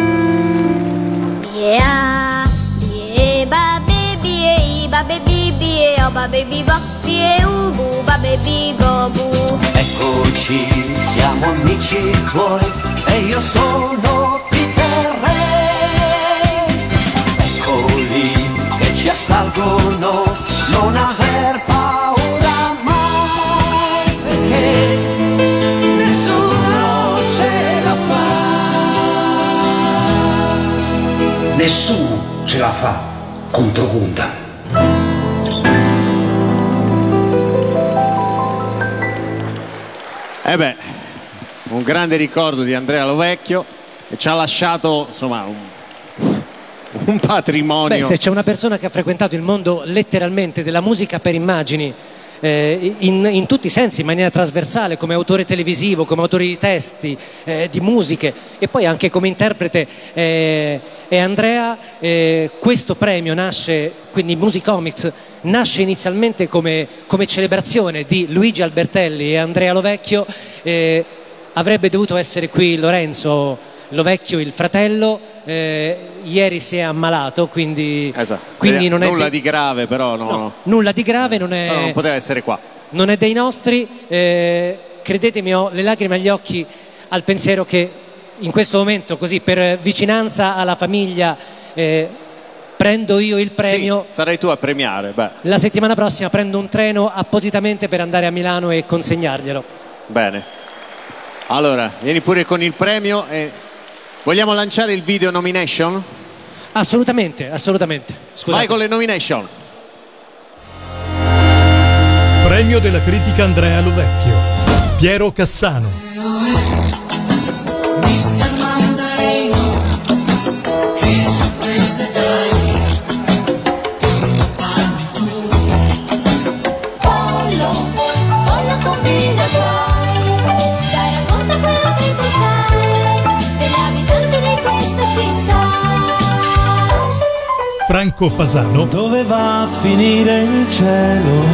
Yeah, yeah, ba baby, eh, ba baby, eh, oh ba baby, ba eh, ubu, ba baby, go bu. Eccoci, siamo amici tuoi e io sono Peter Re. Eccoli che ci assalgono, non aver paura mai, perché nessuno ce la fa. Nessuno ce la fa contro Gundam. Eh beh, un grande ricordo di Andrea Lovecchio e ci ha lasciato insomma un, un patrimonio. Beh, se c'è una persona che ha frequentato il mondo letteralmente della musica per immagini, eh, in, in tutti i sensi, in maniera trasversale, come autore televisivo, come autore di testi, eh, di musiche e poi anche come interprete, eh, è Andrea. Eh, questo premio nasce, quindi Musicomics, nasce inizialmente come, come celebrazione di Luigi Albertelli e Andrea Lovecchio. Eh, avrebbe dovuto essere qui Lorenzo Lovecchio, il fratello, eh, ieri si è ammalato, quindi, Esatto. quindi non è nulla de- di grave, però no, no, nulla di grave, non è, però non poteva essere qua. non è dei nostri. Eh, credetemi, ho le lacrime agli occhi al pensiero che in questo momento, così per vicinanza alla famiglia, eh, prendo io il premio. Sì, sarai tu a premiare. Beh, La settimana prossima prendo un treno appositamente per andare a Milano e consegnarglielo. bene. Allora, vieni pure con il premio e vogliamo lanciare il video nomination? Assolutamente, assolutamente. Scusate. Vai con le nomination. Premio della critica Andrea Lovecchio. Piero Cassano. mister Mandarino, che sorprese dai. Parti tu. Follo, follo combina guai. Stai racconta quello che tu sai. Franco Fasano. Dove va a finire il cielo?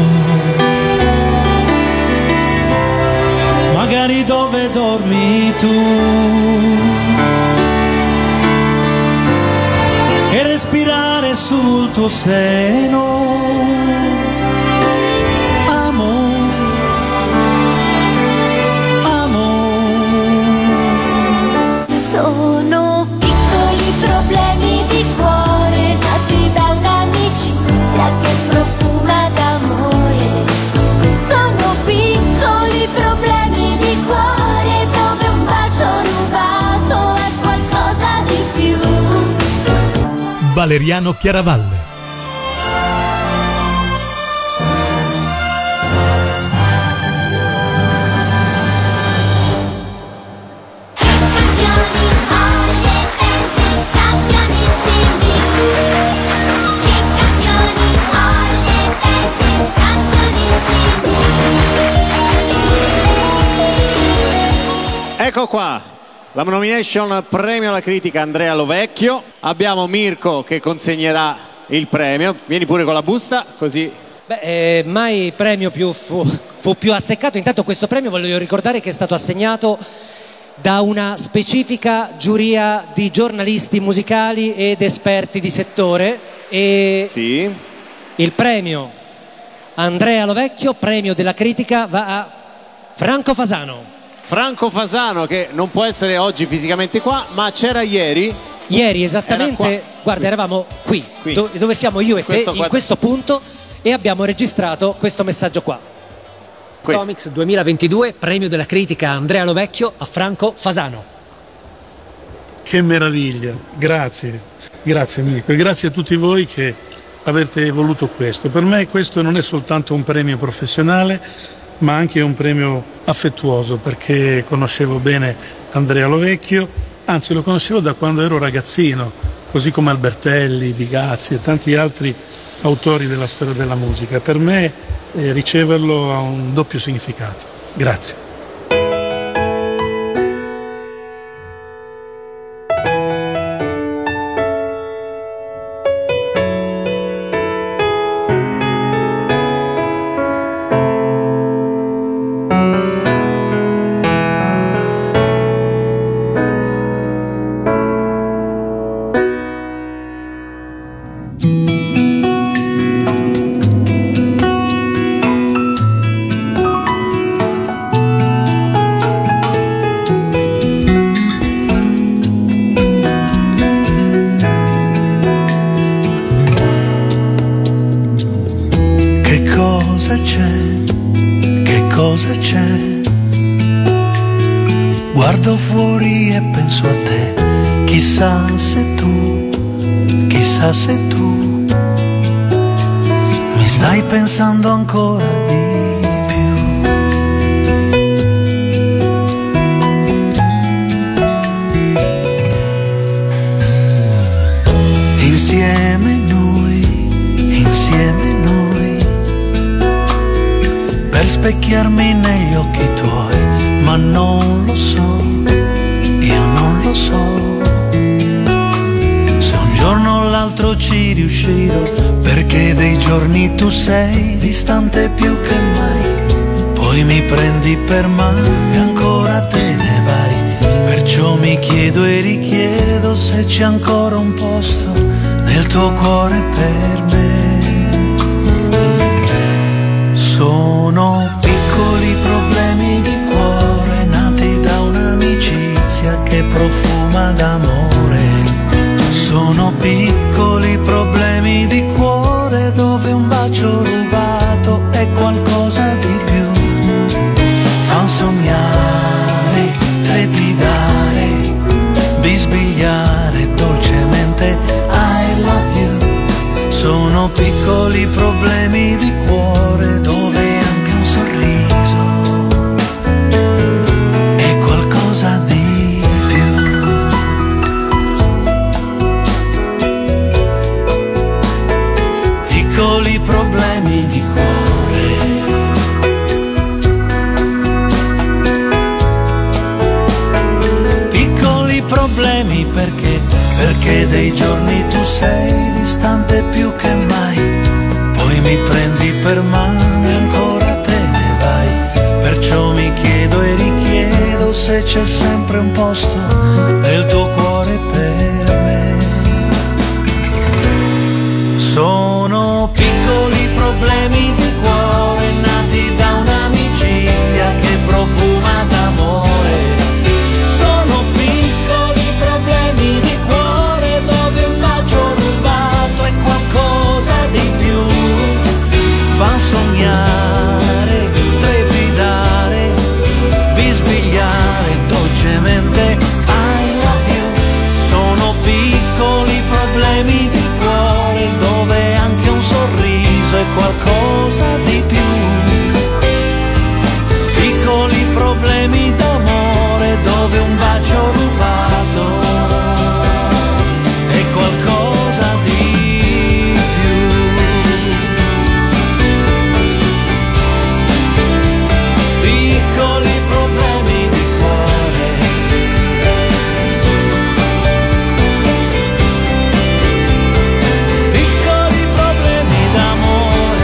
Magari dove dormi tu e respirare sul tuo seno. Amo, amo. Sono piccoli problemi di cuore nati da un'amicizia che profuma d'amore. Sono piccoli problemi di cuore dove un bacio rubato è qualcosa di più. Valeriano Chiaravalle. Ecco qua, la nomination premio alla critica Andrea Lovecchio. Abbiamo Mirko che consegnerà il premio. Vieni pure con la busta, così. Beh, eh, mai premio più fu, fu più azzeccato. Intanto questo premio voglio ricordare che è stato assegnato da una specifica giuria di giornalisti musicali ed esperti di settore. E sì. Il premio Andrea Lovecchio, premio della critica, va a Franco Fasano. Franco Fasano, che non può essere oggi fisicamente qua, ma c'era ieri. Ieri esattamente, Era guarda, eravamo qui, Qui. do- dove siamo io e te, Questo in qua- questo punto, e abbiamo registrato questo messaggio qua. Questo. Comics duemilaventidue, premio della critica Andrea Lovecchio a Franco Fasano. Che meraviglia, grazie, grazie Mirko e grazie a tutti voi che avete voluto questo. Per me questo non è soltanto un premio professionale, ma anche un premio affettuoso, perché conoscevo bene Andrea Lovecchio, anzi lo conoscevo da quando ero ragazzino, così come Albertelli, Bigazzi e tanti altri autori della storia della musica. Per me eh, riceverlo ha un doppio significato. Grazie. Guardo fuori e penso a te, chissà se tu, chissà se tu mi stai pensando ancora di più. Insieme noi, insieme noi, per specchiarmi negli occhi tuoi, ma non lo so, io non lo so, se un giorno o l'altro ci riuscirò, perché dei giorni tu sei distante più che mai, poi mi prendi per mano e ancora te ne vai, perciò mi chiedo e richiedo se c'è ancora un posto nel tuo cuore per me. Sono piccoli problemi di cuore nati da un'amicizia che profuma d'amore. Sono piccoli problemi di cuore dove un bacio rubato è qualcosa di più. Fan sognare, trepidare, bisbigliare dolcemente I love you. Sono piccoli problemi di cuore dove anche un sorriso è qualcosa di più. Piccoli problemi di cuore. Piccoli problemi perché, perché dei giorni tu sei distante distante più che mai. Poi mi prendi per mano e ancora te ne vai. Perciò mi chiedo e richiedo se c'è sempre un posto nel tuo cuore per me. Sono piccoli problemi di cuore nati da un'amicizia che profuma d'amore. Sono piccoli problemi di cuore dove un bacio rubato è qualcosa di più. Fa sognare, trepidare, bisbigliare dolcemente I love you. Sono piccoli problemi di cuore dove anche un sorriso è qualcosa di più. Piccoli problemi d'amore dove un bacio rubato è qualcosa di più. Piccoli problemi di cuore. Piccoli problemi d'amore.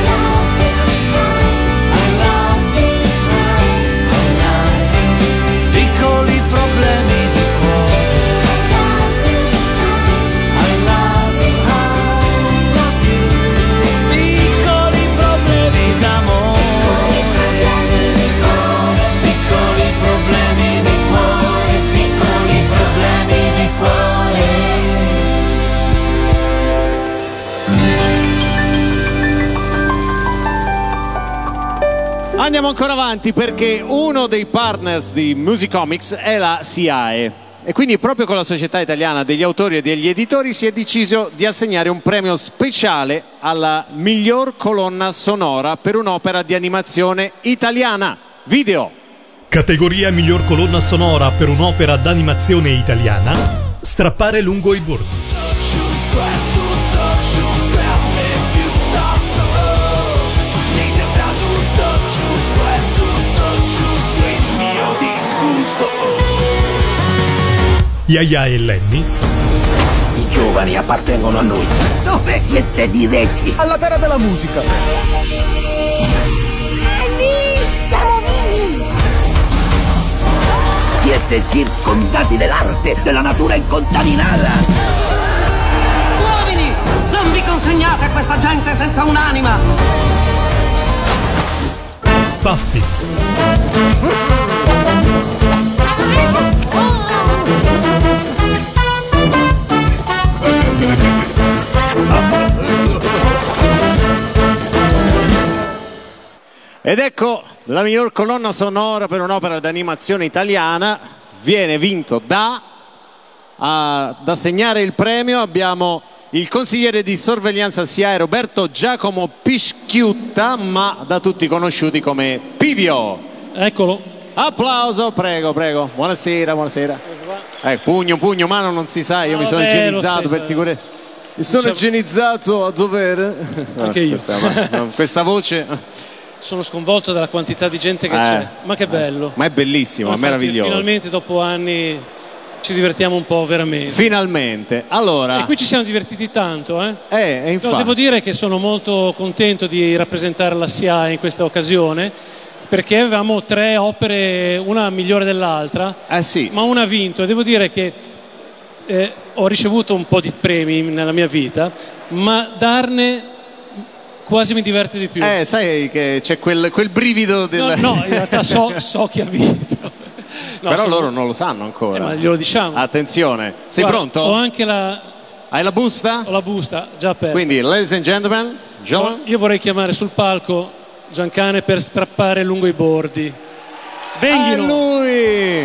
I love you, I love you. Piccoli problemi di cuore. I love you, I love you. Piccoli problemi d'amore. Piccoli problemi di cuore, piccoli problemi di cuore. Andiamo ancora avanti perché uno dei partners di Musicomics è la S I A E e quindi proprio con la Società Italiana degli Autori e degli Editori si è deciso di assegnare un premio speciale alla miglior colonna sonora per un'opera di animazione italiana. Video. Categoria miglior colonna sonora per un'opera d'animazione italiana. Strappare lungo i bordi. Mi sembra tutto giusto, è tutto giusto il mio disgusto. Yaya e Lenny. I giovani appartengono a noi. Dove siete diretti? Alla terra della musica. Siamo vivi! Siete circondati dell'arte, della natura incontaminata. Uomini, non vi consegnate a questa gente senza un'anima! Buffy. Ed ecco la miglior colonna sonora per un'opera d'animazione italiana viene vinto da a, ad assegnare il premio abbiamo il consigliere di sorveglianza S I A E Roberto Giacomo Pischiutta, ma da tutti conosciuti come Pivio. Eccolo. Applauso, prego, prego. Buonasera, buonasera. Eh, pugno, pugno, mano non si sa, io No, mi sono vabbè, igienizzato per sicurezza. Mi sono Diciamo- igienizzato a dovere. Anche io. Questa, ma- questa voce. Sono sconvolto dalla quantità di gente che Eh, c'è. Ma che bello. Ma è bellissimo, Ma è infatti, meraviglioso. Finalmente dopo anni ci divertiamo un po' veramente. Finalmente. Allora. E qui ci siamo divertiti tanto, eh? Eh, e infatti. No, devo dire che sono molto contento di rappresentare la S I A E in questa occasione, perché avevamo tre opere, una migliore dell'altra, eh sì. ma una ha vinto. E devo dire che eh, ho ricevuto un po' di premi nella mia vita, ma darne quasi mi diverte di più. Eh, sai che c'è quel, quel brivido del... No, no, in realtà so, so chi ha vinto. No, Però sono- loro non lo sanno ancora. Eh, ma glielo diciamo. Attenzione. Sei Guarda, pronto? Ho anche la... Hai la busta? Ho la busta già aperta. Quindi, ladies and gentlemen, John. Io vorrei chiamare sul palco Giancane per strappare lungo i bordi. Venghino! A lui!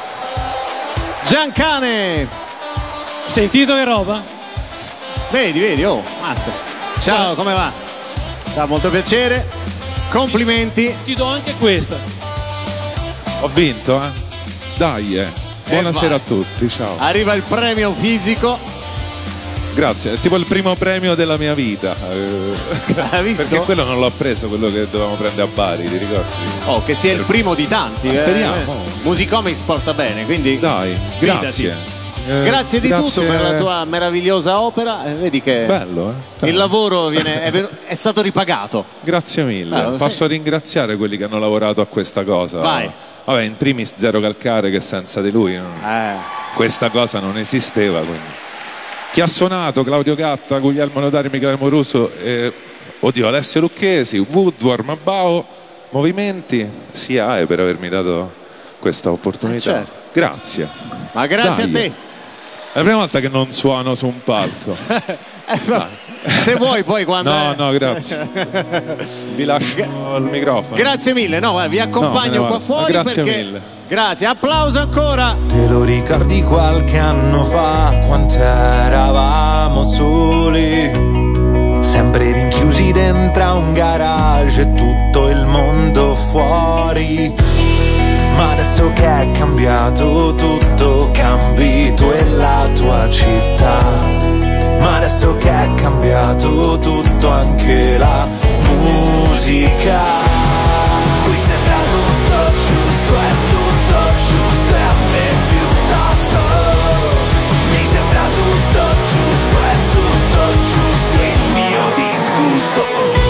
Giancane! Sentito che roba? Vedi, vedi, oh, mazza. Ciao, come va? Ciao, molto piacere. Complimenti. Ti do anche questa. Ho vinto, eh? Dai, eh. Buonasera vai. a tutti, ciao. Arriva il premio fisico. Grazie, è tipo il primo premio della mia vita. eh, Hai visto? Perché quello non l'ho preso, quello che dovevamo prendere a Bari, ti ricordi? Oh, che sia il primo di tanti. Ma eh. speriamo. Musicomics porta bene, quindi Dai, fidati. grazie. Eh, grazie di grazie. tutto per la tua meravigliosa opera. Eh, vedi che Bello, eh? il lavoro viene, è, venu- è stato ripagato. Grazie mille. Allora, Posso sì. ringraziare quelli che hanno lavorato a questa cosa. Vai. Vabbè, in primis Zero Calcare, che senza di lui no? Eh. questa cosa non esisteva. Quindi. Chi ha suonato? Claudio Gatta, Guglielmo Notari, Michele Moruso, eh, oddio, Alessio Lucchesi, Woodward, Mabao, Movimenti, S I A E per avermi dato questa opportunità. Eh, certo. Grazie. Ma grazie Dai. a te. È la prima volta che non suono su un palco. Se vuoi poi quando... No, no, grazie. Vi lascio il microfono. Grazie mille, no, eh, vi accompagno No, me ne qua vado. fuori Grazie perché... mille. Grazie, applauso ancora. Te lo ricordi qualche anno fa, quando eravamo soli, sempre rinchiusi dentro a un garage e tutto il mondo fuori. Ma adesso che è cambiato tutto, cambi tu e la tua città. Ma adesso che è cambiato tutto, anche la musica. Qui sembra tutto giusto, è tutto giusto e a me piuttosto. Mi sembra tutto giusto, è tutto giusto il mio disgusto.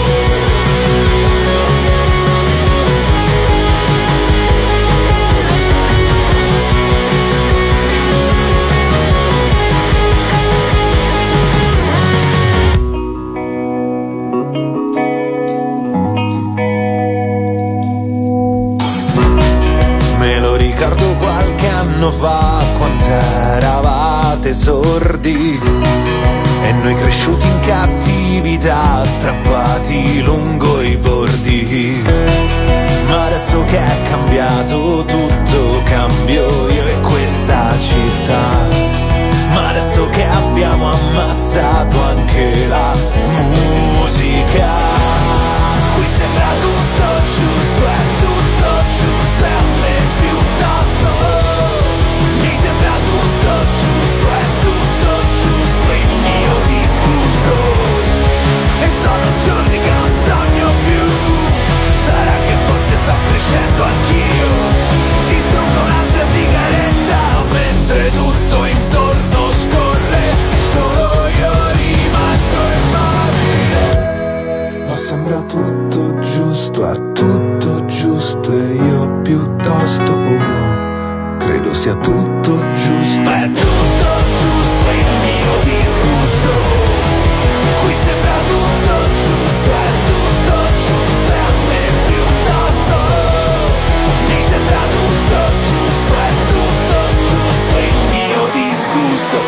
Qualche anno fa, quando eravate sordi e noi cresciuti in cattività, strappati lungo i bordi. Ma adesso che è cambiato tutto, cambio io e questa città. Ma adesso che abbiamo ammazzato anche la musica, qui sembra tutto giusto, è tutto giusto e a me piuttosto. Mi sembra tutto giusto, è tutto giusto il mio disgusto. E sono giorni che non sogno più, sarà che forse sto crescendo anch'io. Distruggo un'altra sigaretta mentre tutto intorno scorre, solo io rimango immobile. Ma sembra tutto giusto, è tutto giusto e io piuttosto oh, credo sia tutto giusto. È tutto giusto il mio disgusto. Qui sembra tutto giusto, è tutto giusto e a me piuttosto. Mi sembra tutto giusto, è tutto giusto il mio disgusto.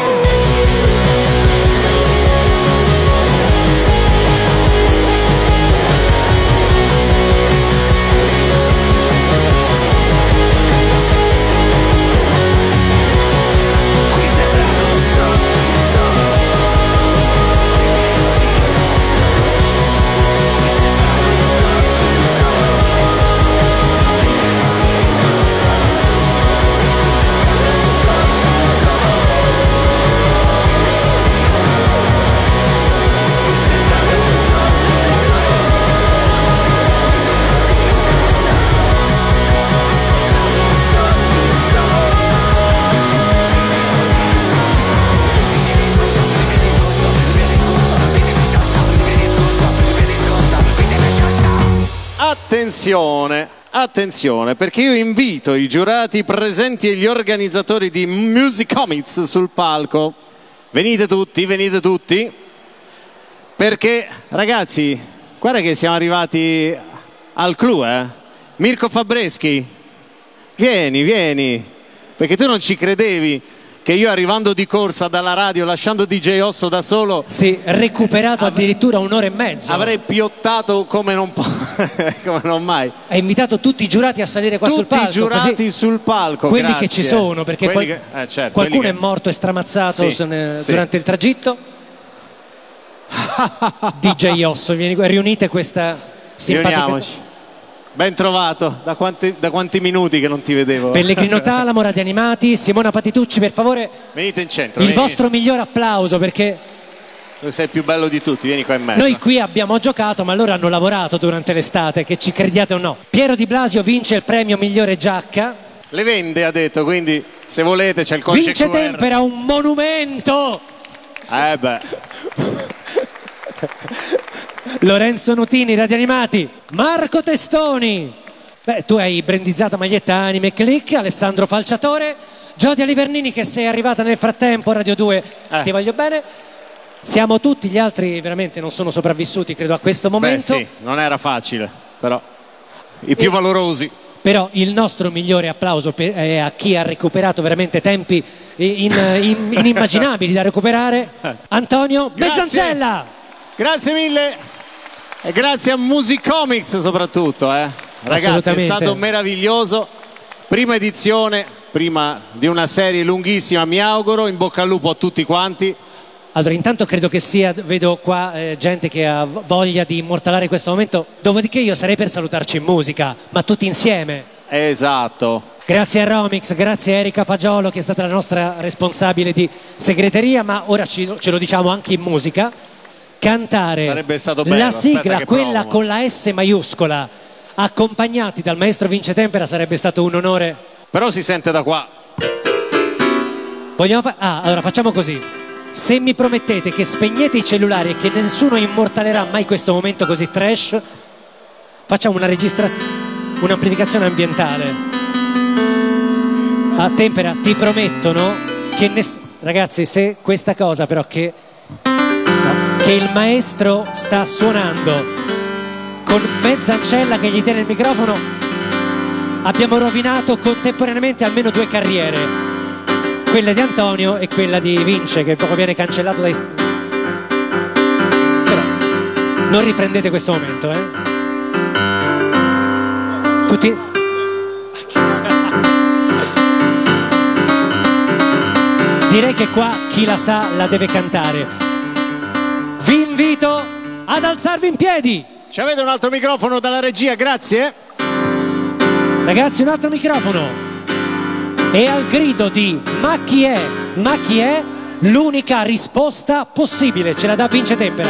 Attenzione, attenzione, perché io invito i giurati presenti e gli organizzatori di Musicomics sul palco. Venite tutti, venite tutti, perché ragazzi, guarda che siamo arrivati al clou, eh? Mirko Fabreschi, vieni, vieni, perché tu non ci credevi che io arrivando di corsa dalla radio, lasciando D J Osso da solo, sì, recuperato addirittura un'ora e mezza, avrei piottato come non, come non mai. Hai invitato tutti i giurati a salire qua tutti sul palco, i giurati così sul palco, quelli grazie. che ci sono, perché Quelli qual- che, eh, certo, qualcuno quelli è che... morto e stramazzato Sì, ne- sì. durante il tragitto. D J Osso, vieni qua, riunite questa simpatica... Riuniamoci. Ben trovato, da quanti, da quanti minuti che non ti vedevo. Pellegrino Talamo, Radio Animati, Simona Patitucci, per favore Venite in centro. il vieni. vostro miglior applauso, perché Tu sei il più bello di tutti, vieni qua in mezzo. noi qui abbiamo giocato, ma loro hanno lavorato durante l'estate, che ci crediate o no. Piero Di Blasio vince il premio migliore giacca. Le vende, ha detto, quindi Se volete c'è il codice Vince Q R. Tempera, un monumento. Eh beh. Lorenzo Nutini, Radio Animati. Marco Testoni. Beh, tu hai brandizzata maglietta Anime Click. Alessandro Falciatore. Giodia Livernini, che sei arrivata nel frattempo, Radio due, eh. Ti voglio bene. Siamo tutti, gli altri veramente non sono sopravvissuti, credo, a questo momento. Beh sì, non era facile, però i più e... valorosi. Però il nostro migliore applauso per, è a chi ha recuperato veramente tempi in, in, inimmaginabili da recuperare. Antonio Mezzancella. Grazie mille e grazie a Musicomics soprattutto, eh. Ragazzi, è stato meraviglioso. Prima edizione, prima di una serie lunghissima, mi auguro. In bocca al lupo a tutti quanti. Allora, intanto credo che sia, vedo qua eh, gente che ha voglia di immortalare questo momento, dopodiché io sarei per salutarci in musica, ma tutti insieme. Esatto. Grazie a Romix, grazie a Erika Fagiolo, che è stata la nostra responsabile di segreteria, ma ora ci, ce lo diciamo anche in musica. Cantare sarebbe stato bello. La sigla, quella provo. Con la S maiuscola, accompagnati dal maestro Vince Tempera, sarebbe stato un onore. Però si sente da qua. Vogliamo fa- ah, allora facciamo così. Se mi promettete che spegnete i cellulari e che nessuno immortalerà mai questo momento così trash, facciamo una registrazione, un'amplificazione ambientale. A Tempera, ti prometto, no? Che ness- ragazzi, se questa cosa però che, no, che il maestro sta suonando con Mezzancella che gli tiene il microfono, abbiamo rovinato contemporaneamente almeno due carriere. Quella di Antonio e quella di Vince, che poco viene cancellato dai... Però non riprendete questo momento, eh? Tutti... Direi che qua chi la sa la deve cantare. Vi invito ad alzarvi in piedi. Ci avete un altro microfono dalla regia, grazie. Ragazzi, un altro microfono. E al grido di ma chi è, ma chi è, l'unica risposta possibile ce la dà Vince Tempera.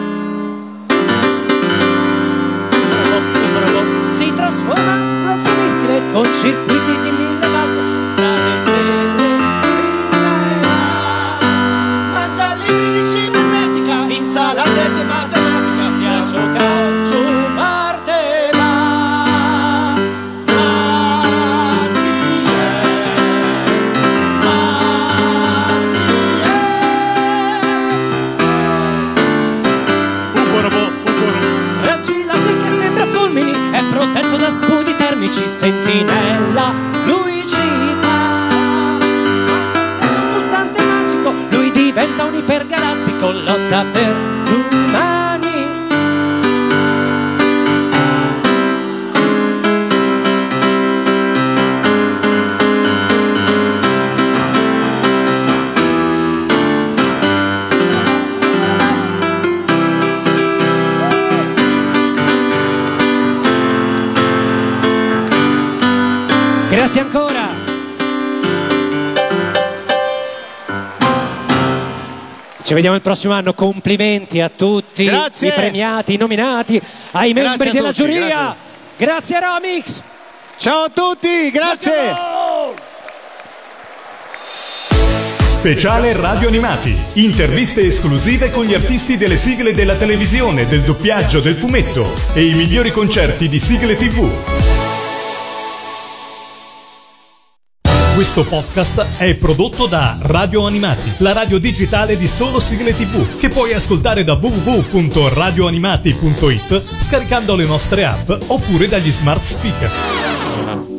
Si trasforma in razzo missile con circuiti di mille watt tra le stelle, mangia libri di cibernetica, insalate di matematica, e a giocare su Marte. Protetto da scudi termici, sentinella, lui ci fa. Scaccia un pulsante magico, lui diventa un ipergalattico, lotta per l'umani. Grazie ancora. Ci vediamo il prossimo anno. Complimenti a tutti. Grazie. I premiati, i nominati, ai Grazie membri a della tutti, giuria. grazie. Grazie a Romix. Ciao a tutti, grazie. Speciale Radio Animati. Interviste esclusive con gli artisti delle sigle della televisione, del doppiaggio, del fumetto e i migliori concerti di sigle tivù. Questo podcast è prodotto da Radio Animati, la radio digitale di solo sigle tivù, che puoi ascoltare da w w w punto radio animati punto it scaricando le nostre app oppure dagli smart speaker.